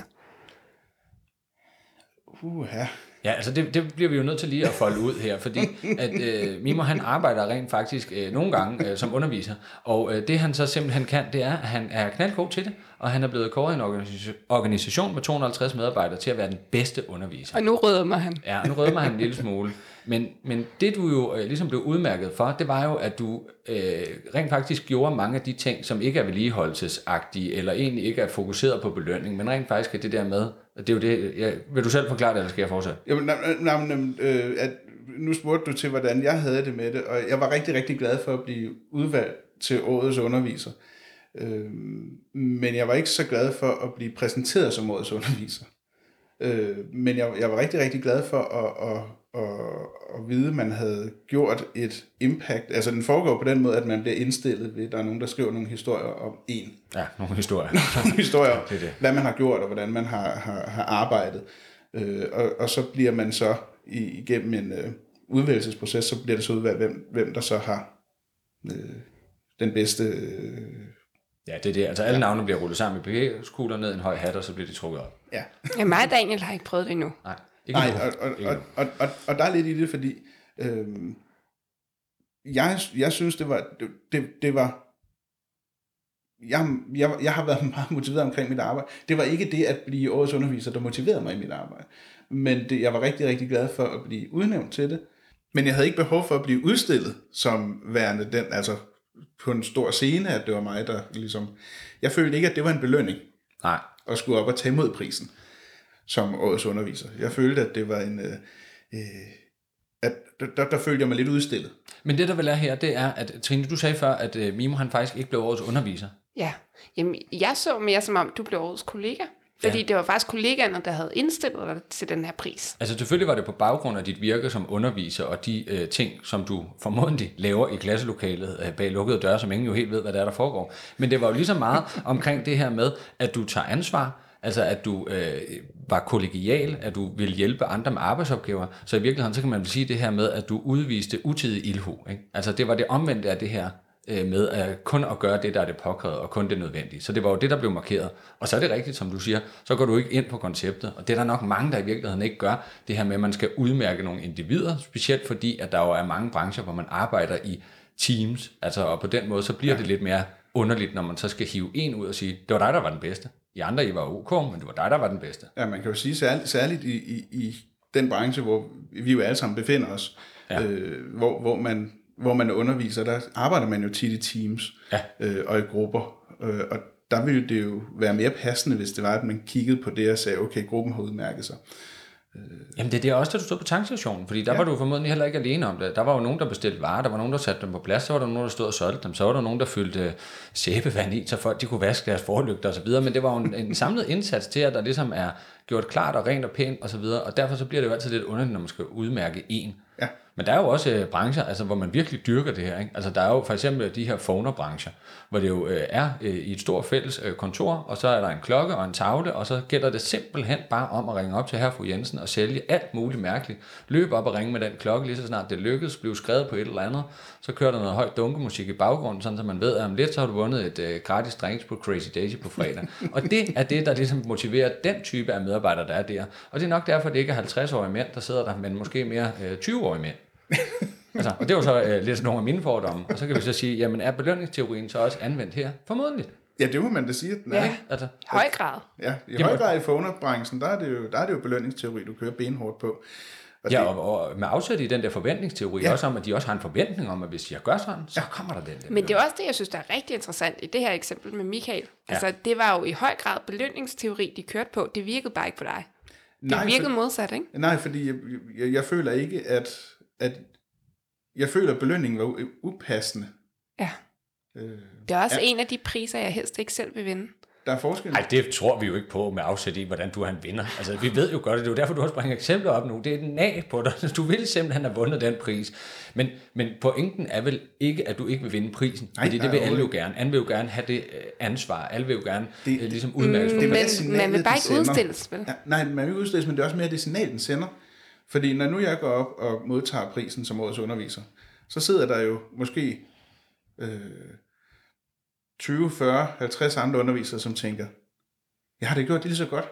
Uha. Ja, altså det, det bliver vi jo nødt til lige at folde ud her, fordi at øh, Mimo han arbejder rent faktisk øh, nogle gange øh, som underviser, og øh, det han så simpelthen kan, det er, at han er knaldgod til det, og han er blevet kåret i en organisation, organisation med to hundrede og halvtreds medarbejdere til at være den bedste underviser. Og nu rødmer han. Ja, og nu rødmer han en lille smule. Men, men det du jo øh, ligesom blev udmærket for, det var jo, at du øh, rent faktisk gjorde mange af de ting, som ikke er vedligeholdelsesagtige, eller egentlig ikke er fokuseret på belønning, men rent faktisk er det der med, det er jo det, jeg, vil du selv forklare det, eller skal jeg fortsætte? Jamen, nej, nej, nej, øh, at, nu spurgte du til, hvordan jeg havde det med det, og jeg var rigtig, rigtig glad for at blive udvalgt til årets underviser. Øh, men jeg var ikke så glad for at blive præsenteret som årets underviser. Øh, men jeg, jeg var rigtig, rigtig glad for at, at, at, at vide, at man havde gjort et impact. Altså den foregår på den måde, at man bliver indstillet ved, at der er nogen, der skriver nogle historier om en. Ja, nogle historier. nogle historier om, det det. hvad man har gjort, og hvordan man har, har, har arbejdet. Øh, og, og så bliver man så igennem en øh, udvælgelsesproces, så bliver det så udvalgt, hvem, hvem der så har øh, den bedste... Øh, Ja, det er det. Altså alle ja. navne bliver rullet sammen i P G-kugler ned i en høj hat, og så bliver de trukket op. ja. Ja, mig og Daniel har ikke prøvet det endnu. Nej, ikke Nej, nu. og, og, Ikke og, nu. og, og, og der er lidt i det, fordi øh, jeg, jeg synes, det var... Det, det, det var jeg, jeg, jeg har været meget motiveret omkring mit arbejde. Det var ikke det at blive årets underviser, der motiverede mig i mit arbejde. Men det, jeg var rigtig, rigtig glad for at blive udnævnt til det. Men jeg havde ikke behov for at blive udstillet som værende den, altså på en stor scene, at det var mig, der ligesom... Jeg følte ikke, at det var en belønning Nej. at skulle op og tage imod prisen som årets underviser. Jeg følte, at det var en... Øh, øh, at der, der, der følte jeg mig lidt udstillet. Men det der vel er her, det er, at Trine, du sagde før, at uh, Mimo han faktisk ikke blev årets underviser. Ja, jamen jeg så mere som om, du blev årets kollega. Fordi ja. det var faktisk kollegaerne, der havde indstillet dig til den her pris. Altså selvfølgelig var det på baggrund af dit virke som underviser, og de øh, ting, som du formodentlig laver i klasselokalet øh, bag lukkede døre, som ingen jo helt ved, hvad der er, der foregår. Men det var jo lige så meget omkring det her med, at du tager ansvar, altså at du øh, var kollegial, at du ville hjælpe andre med arbejdsopgaver. Så i virkeligheden, så kan man vel sige det her med, at du udviste utidig ildhu. Ikke? Altså det var det omvendte af det her med at kun at gøre det, der er det påkrævet, og kun det nødvendige. Så det var jo det, der blev markeret. Og så er det rigtigt, som du siger, så går du ikke ind på konceptet, og det er der nok mange, der i virkeligheden ikke gør, det her med, at man skal udmærke nogle individer, specielt fordi, at der jo er mange brancher, hvor man arbejder i teams, altså, og på den måde, så bliver ja. det lidt mere underligt, når man så skal hive en ud og sige, det var dig, der var den bedste. I andre, I var ok, men det var dig, der var den bedste. Ja, man kan jo sige særligt, særligt i, i, i den branche, hvor vi jo alle sammen befinder os, ja. øh, hvor, hvor man hvor man underviser, der arbejder man jo tit i teams ja. øh, og i grupper, øh, og der ville det jo være mere passende, hvis det var, at man kiggede på det og sagde, okay, gruppen har udmærket sig. Øh. Jamen det er det også, da du stod på tankstationen, fordi der ja. var du formodentlig heller ikke alene om det. Der var jo nogen, der bestilte varer, der var nogen, der satte dem på plads, så var der nogen, der stod og solgte dem, så var der nogen, der fyldte sæbevand i, så folk de kunne vaske deres forlygter og så videre, men det var jo en, en samlet indsats til, at der ligesom er gjort klart og rent og pænt og så videre, og derfor så bliver det jo altid lidt underligt, når man skal udmærke en. Ja. Men der er jo også øh, brancher, altså, hvor man virkelig dyrker det her. Ikke? Altså, der er jo for eksempel de her phoner-brancher, hvor det jo øh, er øh, i et stort fælles øh, kontor, og så er der en klokke og en tavle, og så gælder det simpelthen bare om at ringe op til herre fru Jensen og sælge alt muligt mærkeligt. Løb op og ringe med den klokke, lige så snart det lykkedes, blev skrevet på et eller andet, så kører der noget højt dunkemusik i baggrunden, sådan så man ved, at om lidt så har du vundet et øh, gratis drinks på Crazy Daisy på fredag. Og det er det, der ligesom motiverer den type af medarbejdere, der er der. Og det er nok derfor, det ikke er halvtreds-årige mænd, der sidder der, men måske mere øh, tyve-årige mænd. Altså, og det var så øh, lidt nogle af mine fordomme. Og så kan vi så sige, jamen er belønningsteorien så også anvendt her? Formodentlig. Ja, det må man da sige, at den er. Ja, altså, høj grad. Ja, i høj grad i phoner-branchen, der er det jo, der er det jo belønningsteori, du kører benhårdt på. Og ja, det, og, og med afsæt i den der forventningsteori, ja. Også om, at de også har en forventning om, at hvis jeg gør sådan, så ja. kommer der den der. Men det er også det, jeg synes, der er rigtig interessant i det her eksempel med Michael. Ja. Altså, det var jo i høj grad belønningsteori, de kørte på. Det virkede bare ikke på dig. Det nej, virkede for, modsat, ikke? Nej, fordi jeg, jeg, jeg føler ikke, at, at jeg føler, at belønningen var upassende. Ja. Øh, det er også ja. en af de priser, jeg helst ikke selv vil vinde. Der er forskel. Nej, det tror vi jo ikke på med afsæt i, hvordan du er en vinder. Altså, vi ved jo godt, at det er jo derfor, du har springet eksempler op nu. Det er den af på dig. Du vil simpelthen have vundet den pris. Men, men pointen er vel ikke, at du ikke vil vinde prisen. Nej, fordi det vil alle jo gerne. Alle vil jo gerne have det ansvar. Alle vil jo gerne det, uh, ligesom udmærkes. Mm, men man vil bare ikke udstilles, vel? Ja, nej, man vil ikke udstilles, men det er også mere det signal, den sender. Fordi når nu jeg går op og modtager prisen som årets underviser, så sidder der jo måske øh, tyve, fyrre, halvtreds andre undervisere, som tænker, jeg har det gjort det lige så godt.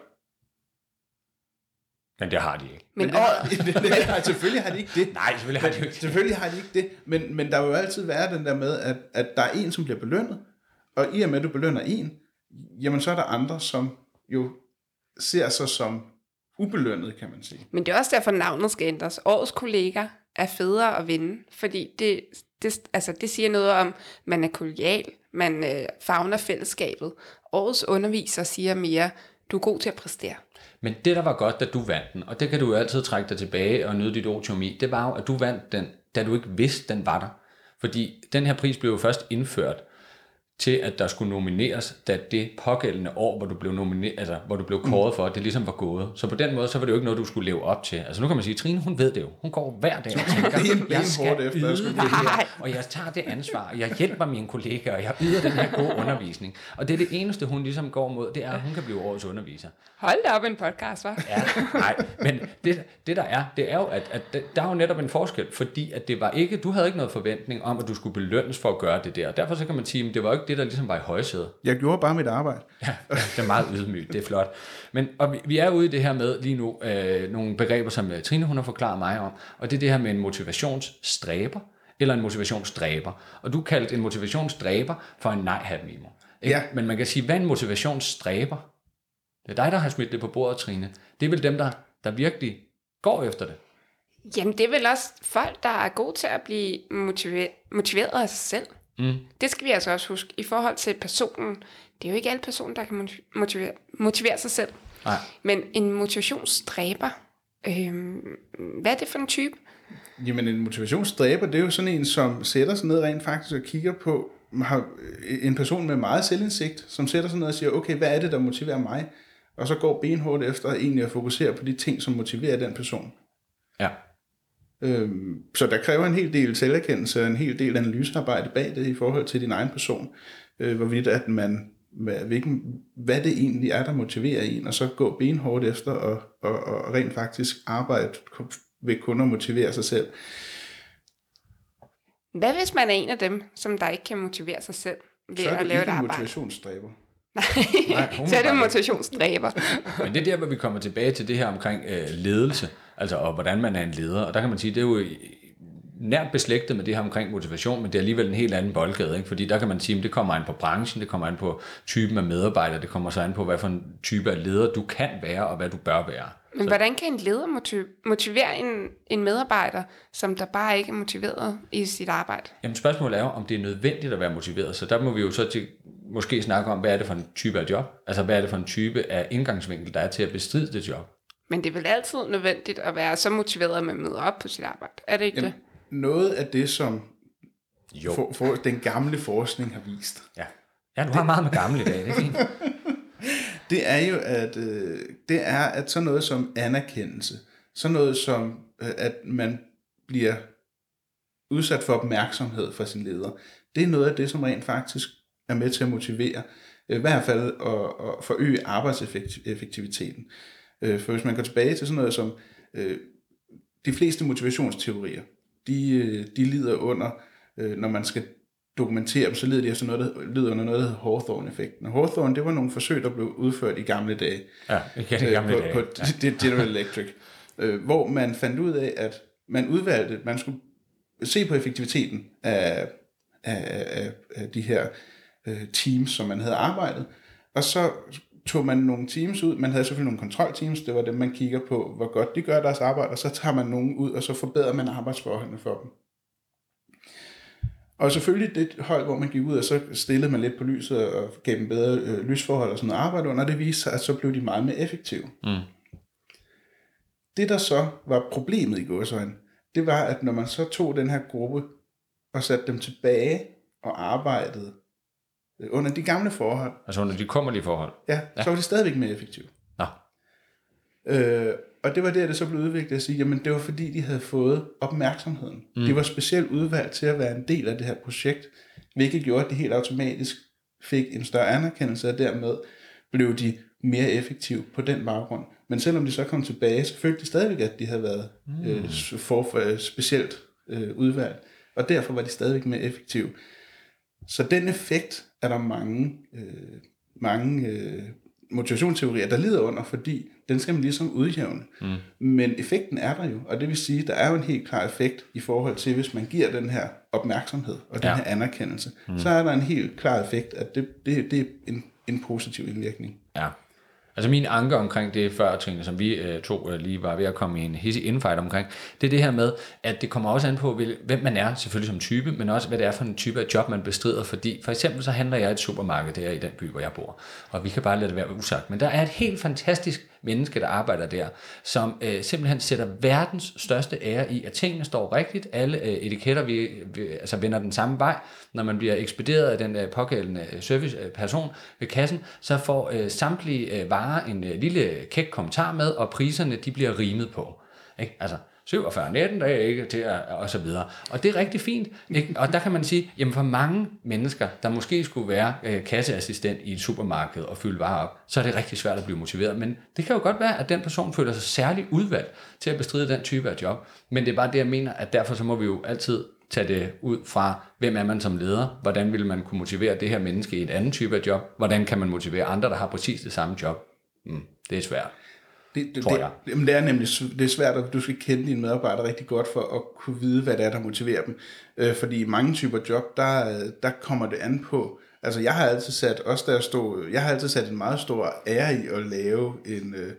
Men det har de ikke. Men, men det, det, det, nej, selvfølgelig har de ikke det. Nej, selvfølgelig har de ikke det. Selvfølgelig har de ikke det. Men, men der vil jo altid være den der med, at, at der er en, som bliver belønnet, og i og med, at du belønner en, jamen så er der andre, som jo ser sig som ubelønnet, kan man sige. Men det er også derfor, navnet skal ændres. Årets kollega er federe at vinde, fordi det, det, altså det siger noget om, man er kollegial, man øh, favner fællesskabet. Årets underviser siger mere, du er god til at præstere. Men det, der var godt, da du vandt den, og det kan du jo altid trække dig tilbage og nyde dit otium i, det var jo, at du vandt den, da du ikke vidste, den var der. Fordi den her pris blev jo først indført til, at der skulle nomineres, da det pågældende år, hvor du blev nomineret, altså hvor du blev kåret for, det ligesom var gået. Så på den måde, så var det jo ikke noget, du skulle leve op til. Altså nu kan man sige, Trine, hun ved det jo. Hun går hver dag og tænker, jeg skal yde det her, og jeg tager det ansvar, og jeg hjælper mine kollegaer, og jeg yder den her gode undervisning. Og det er det eneste, hun ligesom går mod, det er, at hun kan blive årets underviser. Hold da op en podcast, hva'? Ja, nej, men det, det der er, det er jo, at, at der er jo netop en forskel, fordi at det var ikke, du havde ikke noget forventning om, at du skulle belønnes for at gøre det der. Og derfor så kan man sige, at det var ikke det, der ligesom var i højsædet. Jeg gjorde bare mit arbejde. Ja, det er meget ydmygt, det er flot. Men og vi, vi er ude i det her med lige nu, øh, nogle begreber, som Trine hun har forklaret mig om, og det er det her med en motivationsstræber, eller en motivationsstræber. Og du kaldte en motivationsstræber for en nej-hat-mimo. Ja. Men man kan sige, hvad er en motivationsstræber? Det er dig, der har smidt det på bordet, Trine. Det er vel dem, der, der virkelig går efter det. Jamen, det er vel også folk, der er gode til at blive motiveret, motiveret af sig selv. Mm. Det skal vi altså også huske. I forhold til personen, det er jo ikke alle personer, der kan motivere, motivere sig selv. Nej. Men en motivationsstræber, øh, hvad er det for en type? Jamen en motivationsstræber, det er jo sådan en, som sætter sig ned rent faktisk og kigger på, har en person med meget selvindsigt, som sætter sig ned og siger, okay, hvad er det, der motiverer mig? Og så går benhårdt efter egentlig at fokusere på de ting, som motiverer den person. Ja. Øhm, så der kræver en hel del selverkendelse og en hel del analysearbejde bag det i forhold til din egen person. Øh, hvorvidt at man, hvilken, hvad det egentlig er, der motiverer en, og så gå benhårdt efter og, og, og rent faktisk arbejde ved kun at motivere sig selv. Hvad hvis man er en af dem, som der ikke kan motivere sig selv ved at lave et arbejde? Så er det ikke en motivationsstræber. Nej, Nej så er det en motivationsstræber. Men det er der, hvor vi kommer tilbage til det her omkring øh, ledelse, altså og hvordan man er en leder. Og der kan man sige, det er jo nært beslægtet med det her omkring motivation, men det er alligevel en helt anden boldgade, ikke? Fordi der kan man sige, at det kommer an på branchen, det kommer an på typen af medarbejdere, det kommer så an på, hvad for en type af leder du kan være, og hvad du bør være. Men så hvordan kan en leder motivere en, en medarbejder, som der bare ikke er motiveret i sit arbejde? Jamen spørgsmålet er jo, om det er nødvendigt at være motiveret, så der må vi jo så til, måske snakke om, hvad er det for en type af job? Altså hvad er det for en type af indgangsvinkel, der er til at bestride det job? Men det er vel altid nødvendigt at være så motiveret, at man møder op på sit arbejde. Er det ikke Jamen, det? Noget af det, som for, for, den gamle forskning har vist. Ja, ja du har meget med gamle i dag, det er fint. det er jo, at, øh, det er, at sådan noget som anerkendelse, sådan noget som, øh, at man bliver udsat for opmærksomhed fra sin leder, det er noget af det, som rent faktisk er med til at motivere, øh, i hvert fald at, at forøge arbejdseffektiviteten. Øh, for hvis man går tilbage til sådan noget som, øh, de fleste motivationsteorier, de, de lider under, øh, når man skal dokumentere dem, så lider de af sådan noget, der lider under noget, der hedder Hawthorne-effekten. Og Hawthorne, det var nogle forsøg, der blev udført i gamle dage. Ja, igen i gamle øh, på, dage. på ja. General Electric, øh, hvor man fandt ud af, at man udvalgte, man skulle se på effektiviteten af, af, af, af de her øh, teams, som man havde arbejdet, og så tog man nogle teams ud, man havde selvfølgelig nogle kontrolteams, det var dem, man kigger på, hvor godt de gør deres arbejde, og så tager man nogen ud, og så forbedrer man arbejdsforholdene for dem. Og selvfølgelig det hold, hvor man gik ud, og så stillede man lidt på lyset, og gav dem bedre øh, lysforhold og sådan noget arbejde under, det viste sig, at så blev de meget mere effektive. Mm. Det, der så var problemet i gåseøjne, det var, at når man så tog den her gruppe, og satte dem tilbage, og arbejdede under de gamle forhold. Altså under de kummerlige forhold? Ja, ja. Så var de stadigvæk mere effektive. Nå. Øh, og det var der, det så blev udviklet at sige, jamen det var fordi, de havde fået opmærksomheden. Mm. De var specielt udvalgt til at være en del af det her projekt, hvilket gjorde, at de helt automatisk fik en større anerkendelse, og dermed blev de mere effektive på den baggrund. Men selvom de så kom tilbage, så følte de stadigvæk, at de havde været mm. øh, for, for, specielt øh, udvalgt, og derfor var de stadigvæk mere effektive. Så den effekt er der mange, øh, mange øh, motivationsteorier, der lider under, fordi den skal man ligesom udjævne. Mm. Men effekten er der jo, og det vil sige, der er jo en helt klar effekt i forhold til, hvis man giver den her opmærksomhed og den ja. her anerkendelse, mm. så er der en helt klar effekt, at det, det, det er en, en positiv indvirkning. Ja. Altså min anke omkring det før, Trine, som vi øh, to øh, lige var ved at komme i en hissig infight omkring, det er det her med, at det kommer også an på, hvem man er, selvfølgelig som type, men også hvad det er for en type af job, man bestrider, fordi for eksempel så handler jeg i et supermarked der i den by, hvor jeg bor, og vi kan bare lade det være usagt, men der er et helt fantastisk menneske, der arbejder der, som øh, simpelthen sætter verdens største ære i, at tingene står rigtigt, alle øh, etiketter, vi, vi altså vender den samme vej, når man bliver ekspederet af den øh, pågældende serviceperson ved kassen, så får øh, samtlige øh, varer en øh, lille kæk kommentar med, og priserne, de bliver rimet på. Ikke? Altså, syvogfyrre nitten dage, ikke, til at, og så videre. Og det er rigtig fint, ikke? Og der kan man sige, jamen for mange mennesker, der måske skulle være øh, kasseassistent i et supermarked og fylde varer op, så er det rigtig svært at blive motiveret. Men det kan jo godt være, at den person føler sig særligt udvalgt til at bestride den type af job. Men det er bare det, jeg mener, at derfor så må vi jo altid tage det ud fra, hvem er man som leder, hvordan vil man kunne motivere det her menneske i et andet type af job, hvordan kan man motivere andre, der har præcis det samme job. Mm, det er svært. Det, det, det, det, det er nemlig det er svært, at du skal kende dine medarbejdere rigtig godt for at kunne vide, hvad det er, der motiverer dem. Øh, fordi i mange typer job, der, der kommer det an på. Altså jeg har altid sat, også der stod, jeg har altid sat en meget stor ære i at lave en, øh,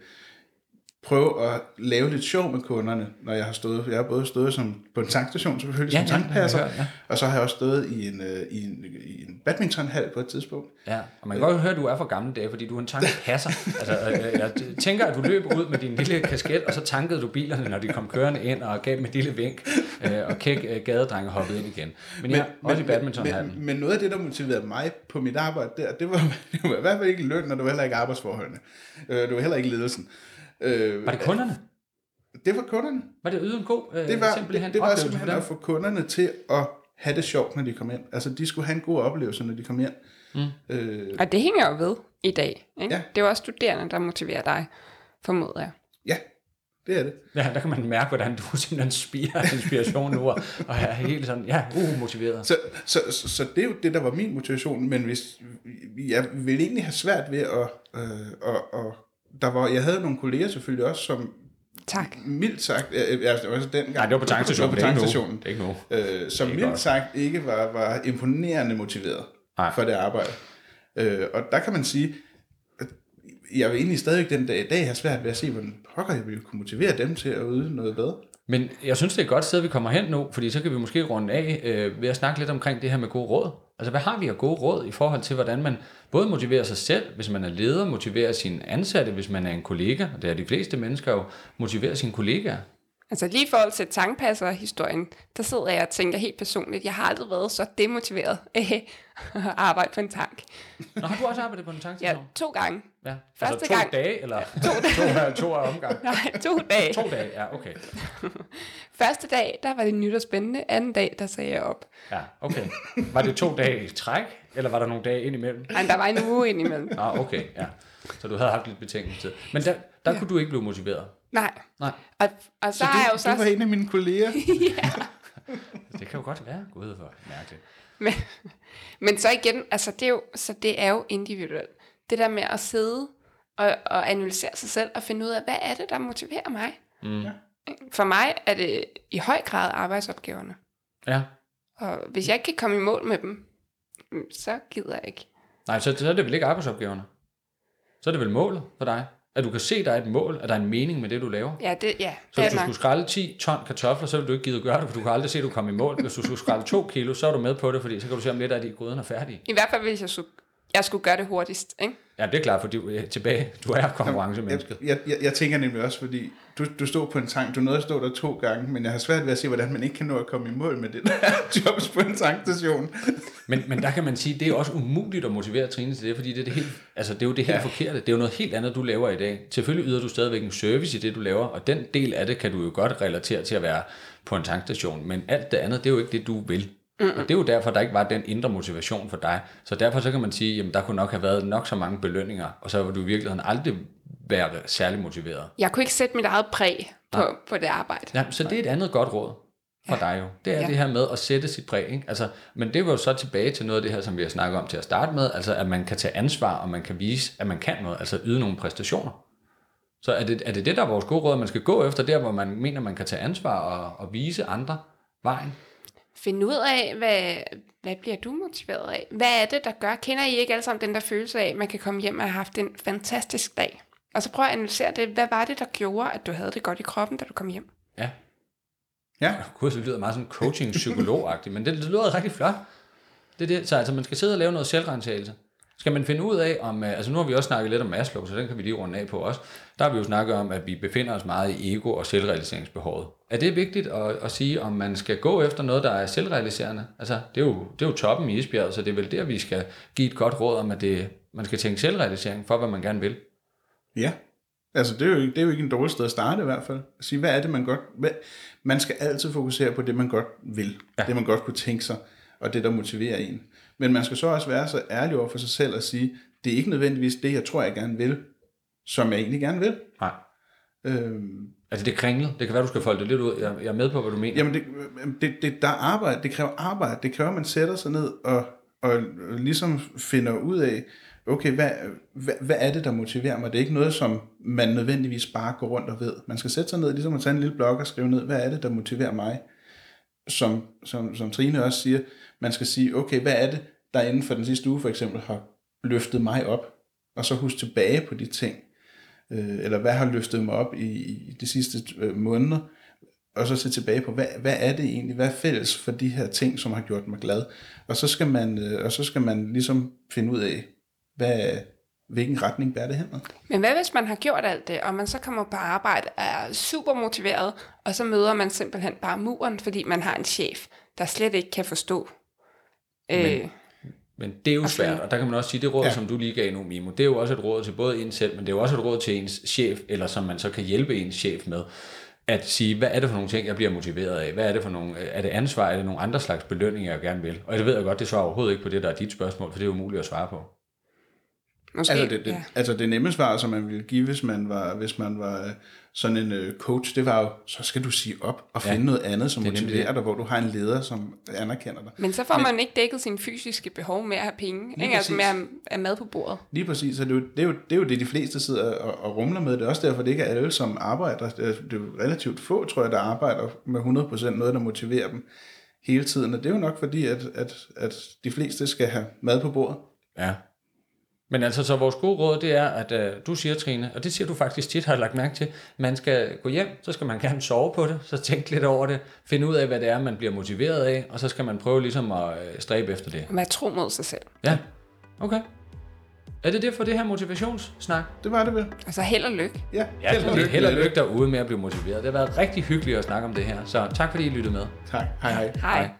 prøve at lave lidt sjov med kunderne, når jeg har stået. Jeg har både stået som på en tankstation, selvfølgelig ja, som tankpasser, ja, ja. Og så har jeg også stået i en, øh, i en, i en badmintonhal på et tidspunkt. Ja, og man kan godt høre, at du er for gamle dage, fordi du er en tankpasser. Altså, øh, jeg tænker, at du løb ud med din lille kasket, og så tankede du bilerne, når de kom kørende ind, og gav dem et lille vink, øh, og kæk øh, gadedrenge hoppede ind igen. Men, men ja, også men, i badmintonhallen. Men, men noget af det, der motiverede mig på mit arbejde der, det var, det var i hvert fald ikke løn, og det var heller ikke arbejdsforholdene. Øh, det var heller ikke ledelsen. Øh, var det kunderne? Det var kunderne. Var det ydet en god øh, det var, simpelthen, det, det var simpelthen at få kunderne til at have det sjovt, når de kom ind. Altså, de skulle have en god oplevelse, når de kom ind. Mm. Øh, og det hænger jo ved i dag. Ikke? Ja. Det er jo også studerende, der motiverer dig, formoder jeg. Ja, det er det. Ja, der kan man mærke, hvordan du simpelthen spirer inspiration nu, og er helt sådan, ja, umotiveret. Så, så, så, så det er jo det, der var min motivation, men hvis, jeg ville egentlig have svært ved at... Øh, og, og Der var, jeg havde nogle kolleger selvfølgelig også, som tak. mildt sagt, altså også dengang, nej, det var på tankstationen, det var på tankstationen, det er ikke nu, øh, som mildt godt. sagt ikke var, var imponerende motiveret nej. for det arbejde. Øh, og der kan man sige, at jeg vil egentlig stadigvæk den dag i dag have svært ved at se, hvordan pokker jeg ville kunne motivere dem til at yde noget bedre. Men jeg synes, det er et godt sted, vi kommer hen nu, fordi så kan vi måske runde af øh, ved at snakke lidt omkring det her med gode råd. Altså, hvad har vi af gode råd i forhold til, hvordan man både motiverer sig selv, hvis man er leder, motiverer sine ansatte, hvis man er en kollega, og det er de fleste mennesker jo, motiverer sine kollegaer? Altså lige i forhold til tankpasser-historien, der sidder jeg og tænker helt personligt, jeg har aldrig været så demotiveret af at arbejde på en tank. Nå, har du også arbejdet på en tankstation? Ja, to gange. Ja. Første altså to gang. dage, eller Ja, to dage. to, to af omgang? Nej, to dage. To dage, ja, okay. Første dag, der var det nyt og spændende. Anden dag, der sagde jeg op. Ja, okay. Var det to dage i træk, eller var der nogle dage ind imellem? Nej, der var en uge ind imellem. Ah, okay, ja. Så du havde haft lidt betænkningstid. Men der, der ja. kunne du ikke blive motiveret? Nej. Nej. Og, og så, Så har jeg jo du, så... du var en af mine kolleger. ja. Det kan jo godt være. Gud, hvor mærkeligt. Men, men så igen, altså det er jo, så det er jo individuelt. Det der med at sidde og, og analysere sig selv og finde ud af, hvad er det, der motiverer mig? Mm. For mig er det i høj grad arbejdsopgaverne. Ja. Og hvis jeg ikke kan komme i mål med dem, så gider jeg ikke. Nej, så, så er det vel ikke arbejdsopgaverne? Så er det vel målet for dig? At du kan se, at der er et mål, at der er en mening med det, du laver? Ja, det, ja, Så det hvis du nok. skulle skrælle ti ton kartofler, så ville du ikke gide at gøre det, for du kan aldrig se, at du kommer i mål. Hvis du skulle skrælle to kilo, så er du med på det, fordi så kan du se, om lidt af de gryden er færdige. I hvert fald, hvis jeg skulle, jeg skulle gøre det hurtigst, ikke? Ja, det er klart, fordi øh, tilbage, du er konkurrencemenneske. Jeg, jeg, jeg tænker nemlig også, fordi du, du stod på en tank, du nåede at stå der to gange, men jeg har svært ved at se, hvordan man ikke kan nå at komme i mål med det der jobs på en tankstation. Men, men der kan man sige, det er også umuligt at motivere Trine til det, fordi det er, det helt, altså det er jo det helt ja. forkerte. Det er jo noget helt andet, du laver i dag. Selvfølgelig yder du stadigvæk en service i det, du laver, og den del af det kan du jo godt relatere til at være på en tankstation, men alt det andet, det er jo ikke det, du vil. Mm-hmm. Og det er jo derfor, der ikke var den indre motivation for dig. Så derfor så kan man sige, jamen der kunne nok have været nok så mange belønninger, og så vil du i virkeligheden aldrig være særlig motiveret. Jeg kunne ikke sætte mit eget præg på, på det arbejde. Ja, så det er et andet godt råd for ja. dig jo. Det er ja. det her med at sætte sit præg. Ikke? Altså, men det var jo så tilbage til noget af det her, som vi har snakket om til at starte med, altså at man kan tage ansvar, og man kan vise, at man kan noget, altså yde nogle præstationer. Så er det er det, det, der er vores gode råd, at man skal gå efter der, hvor man mener, man kan tage ansvar og, og vise andre vejen? Finde ud af, hvad, hvad bliver du motiveret af? Hvad er det, der gør? Kender I ikke alle sammen den der følelse af, at man kan komme hjem og have haft en fantastisk dag? Og så prøv at analysere det. Hvad var det, der gjorde, at du havde det godt i kroppen, da du kom hjem? Ja. Ja. Gud, det lyder meget sådan coaching-psykolog-agtigt, men det, det lyder rigtig flot. Det er det. Så altså, man skal sidde og lave noget selvrensagelse. Skal man finde ud af, om, altså nu har vi også snakket lidt om Maslow, så den kan vi lige runde af på også. Der har vi jo snakket om, at vi befinder os meget i ego- og selvrealiseringsbehovet. Er det vigtigt at, at sige, om man skal gå efter noget, der er selvrealiserende? Altså, det er jo, det er jo toppen i isbjerget, så det er vel der, vi skal give et godt råd om, at det, man skal tænke selvrealisering for, hvad man gerne vil. Ja, altså det er, jo, det er jo ikke en dårlig sted at starte i hvert fald. At sige, hvad er det, man godt... Hvad, man skal altid fokusere på det, man godt vil. Ja. Det, man godt kunne tænke sig, og det, der motiverer en. Men man skal så også være så ærlig over for sig selv og sige, det er ikke nødvendigvis det, jeg tror, jeg gerne vil, som jeg egentlig gerne vil. Nej. Øhm, altså det er kringlet. Det kan være, du skal folde det lidt ud. Jeg, jeg er med på, hvad du mener. Jamen, det, det, det, der er arbejde. Det kræver arbejde. Det kræver, at man sætter sig ned og, og ligesom finder ud af, okay, hvad, hvad, hvad er det, der motiverer mig? Det er ikke noget, som man nødvendigvis bare går rundt og ved. Man skal sætte sig ned, ligesom at tage en lille blog og skrive ned, hvad er det, der motiverer mig? Som, som, som Trine også siger, man skal sige, okay, hvad er det, der inden for den sidste uge for eksempel har løftet mig op? Og så huske tilbage på de ting. Øh, eller hvad har løftet mig op i, i de sidste øh, måneder? Og så se tilbage på, hvad, hvad er det egentlig? Hvad er fælles for de her ting, som har gjort mig glad? Og så skal man, øh, og så skal man ligesom finde ud af, hvad, hvilken retning bærer det hen? Men hvad hvis man har gjort alt det, og man så kommer på arbejde, er super motiveret, og så møder man simpelthen bare muren, fordi man har en chef, der slet ikke kan forstå. Men, øh, men det er jo svært, og der kan man også sige, det råd, ja. som du lige gav nu, Mimo, det er jo også et råd til både en selv, men det er jo også et råd til ens chef, eller som man så kan hjælpe ens chef med, at sige, hvad er det for nogle ting, jeg bliver motiveret af? Hvad er det for nogle, er det ansvar, er det nogle andre slags belønninger, jeg gerne vil? Og det ved jeg godt, det svarer overhovedet ikke på det, der er dit spørgsmål, for det er umuligt at svare på. Måske, altså, det, det, ja. altså det nemme svar, som man ville give, hvis man var, hvis man var sådan en uh, coach, det var jo, så skal du sige op og finde ja, noget andet, som motiverer dig, hvor du har en leder, som anerkender dig. Men så får Men, man ikke dækket sine fysiske behov med at have penge, ikke? Altså med at have mad på bordet. Lige præcis, så det er, jo, det, er jo, det er jo det, de fleste sidder og, og rumler med. Det er også derfor, det ikke er alle, som arbejder. Det er, det er jo relativt få, tror jeg, der arbejder med hundrede procent noget, der motiverer dem hele tiden. Og det er jo nok fordi, at, at, at de fleste skal have mad på bordet. Ja. Men altså, så vores gode råd, det er, at øh, du siger, Trine, og det siger du faktisk tit, har jeg lagt mærke til, man skal gå hjem, så skal man gerne sove på det, så tænk lidt over det, finde ud af, hvad det er, man bliver motiveret af, og så skal man prøve ligesom at øh, stræbe efter det. Og være tro mod sig selv. Ja, okay. Er det det for det her motivationssnak? Det var det vel. Altså held og lykke. Ja, Ja, held og lykke, held og lykke derude med at blive motiveret. Det har været rigtig hyggeligt at snakke om det her. Så tak fordi I lyttede med. Tak. Hej hej. Hej. Hej.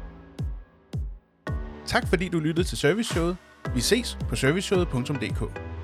Tak fordi du lyttede til Serviceshowet. Vi ses på serviceshowet punktum d k.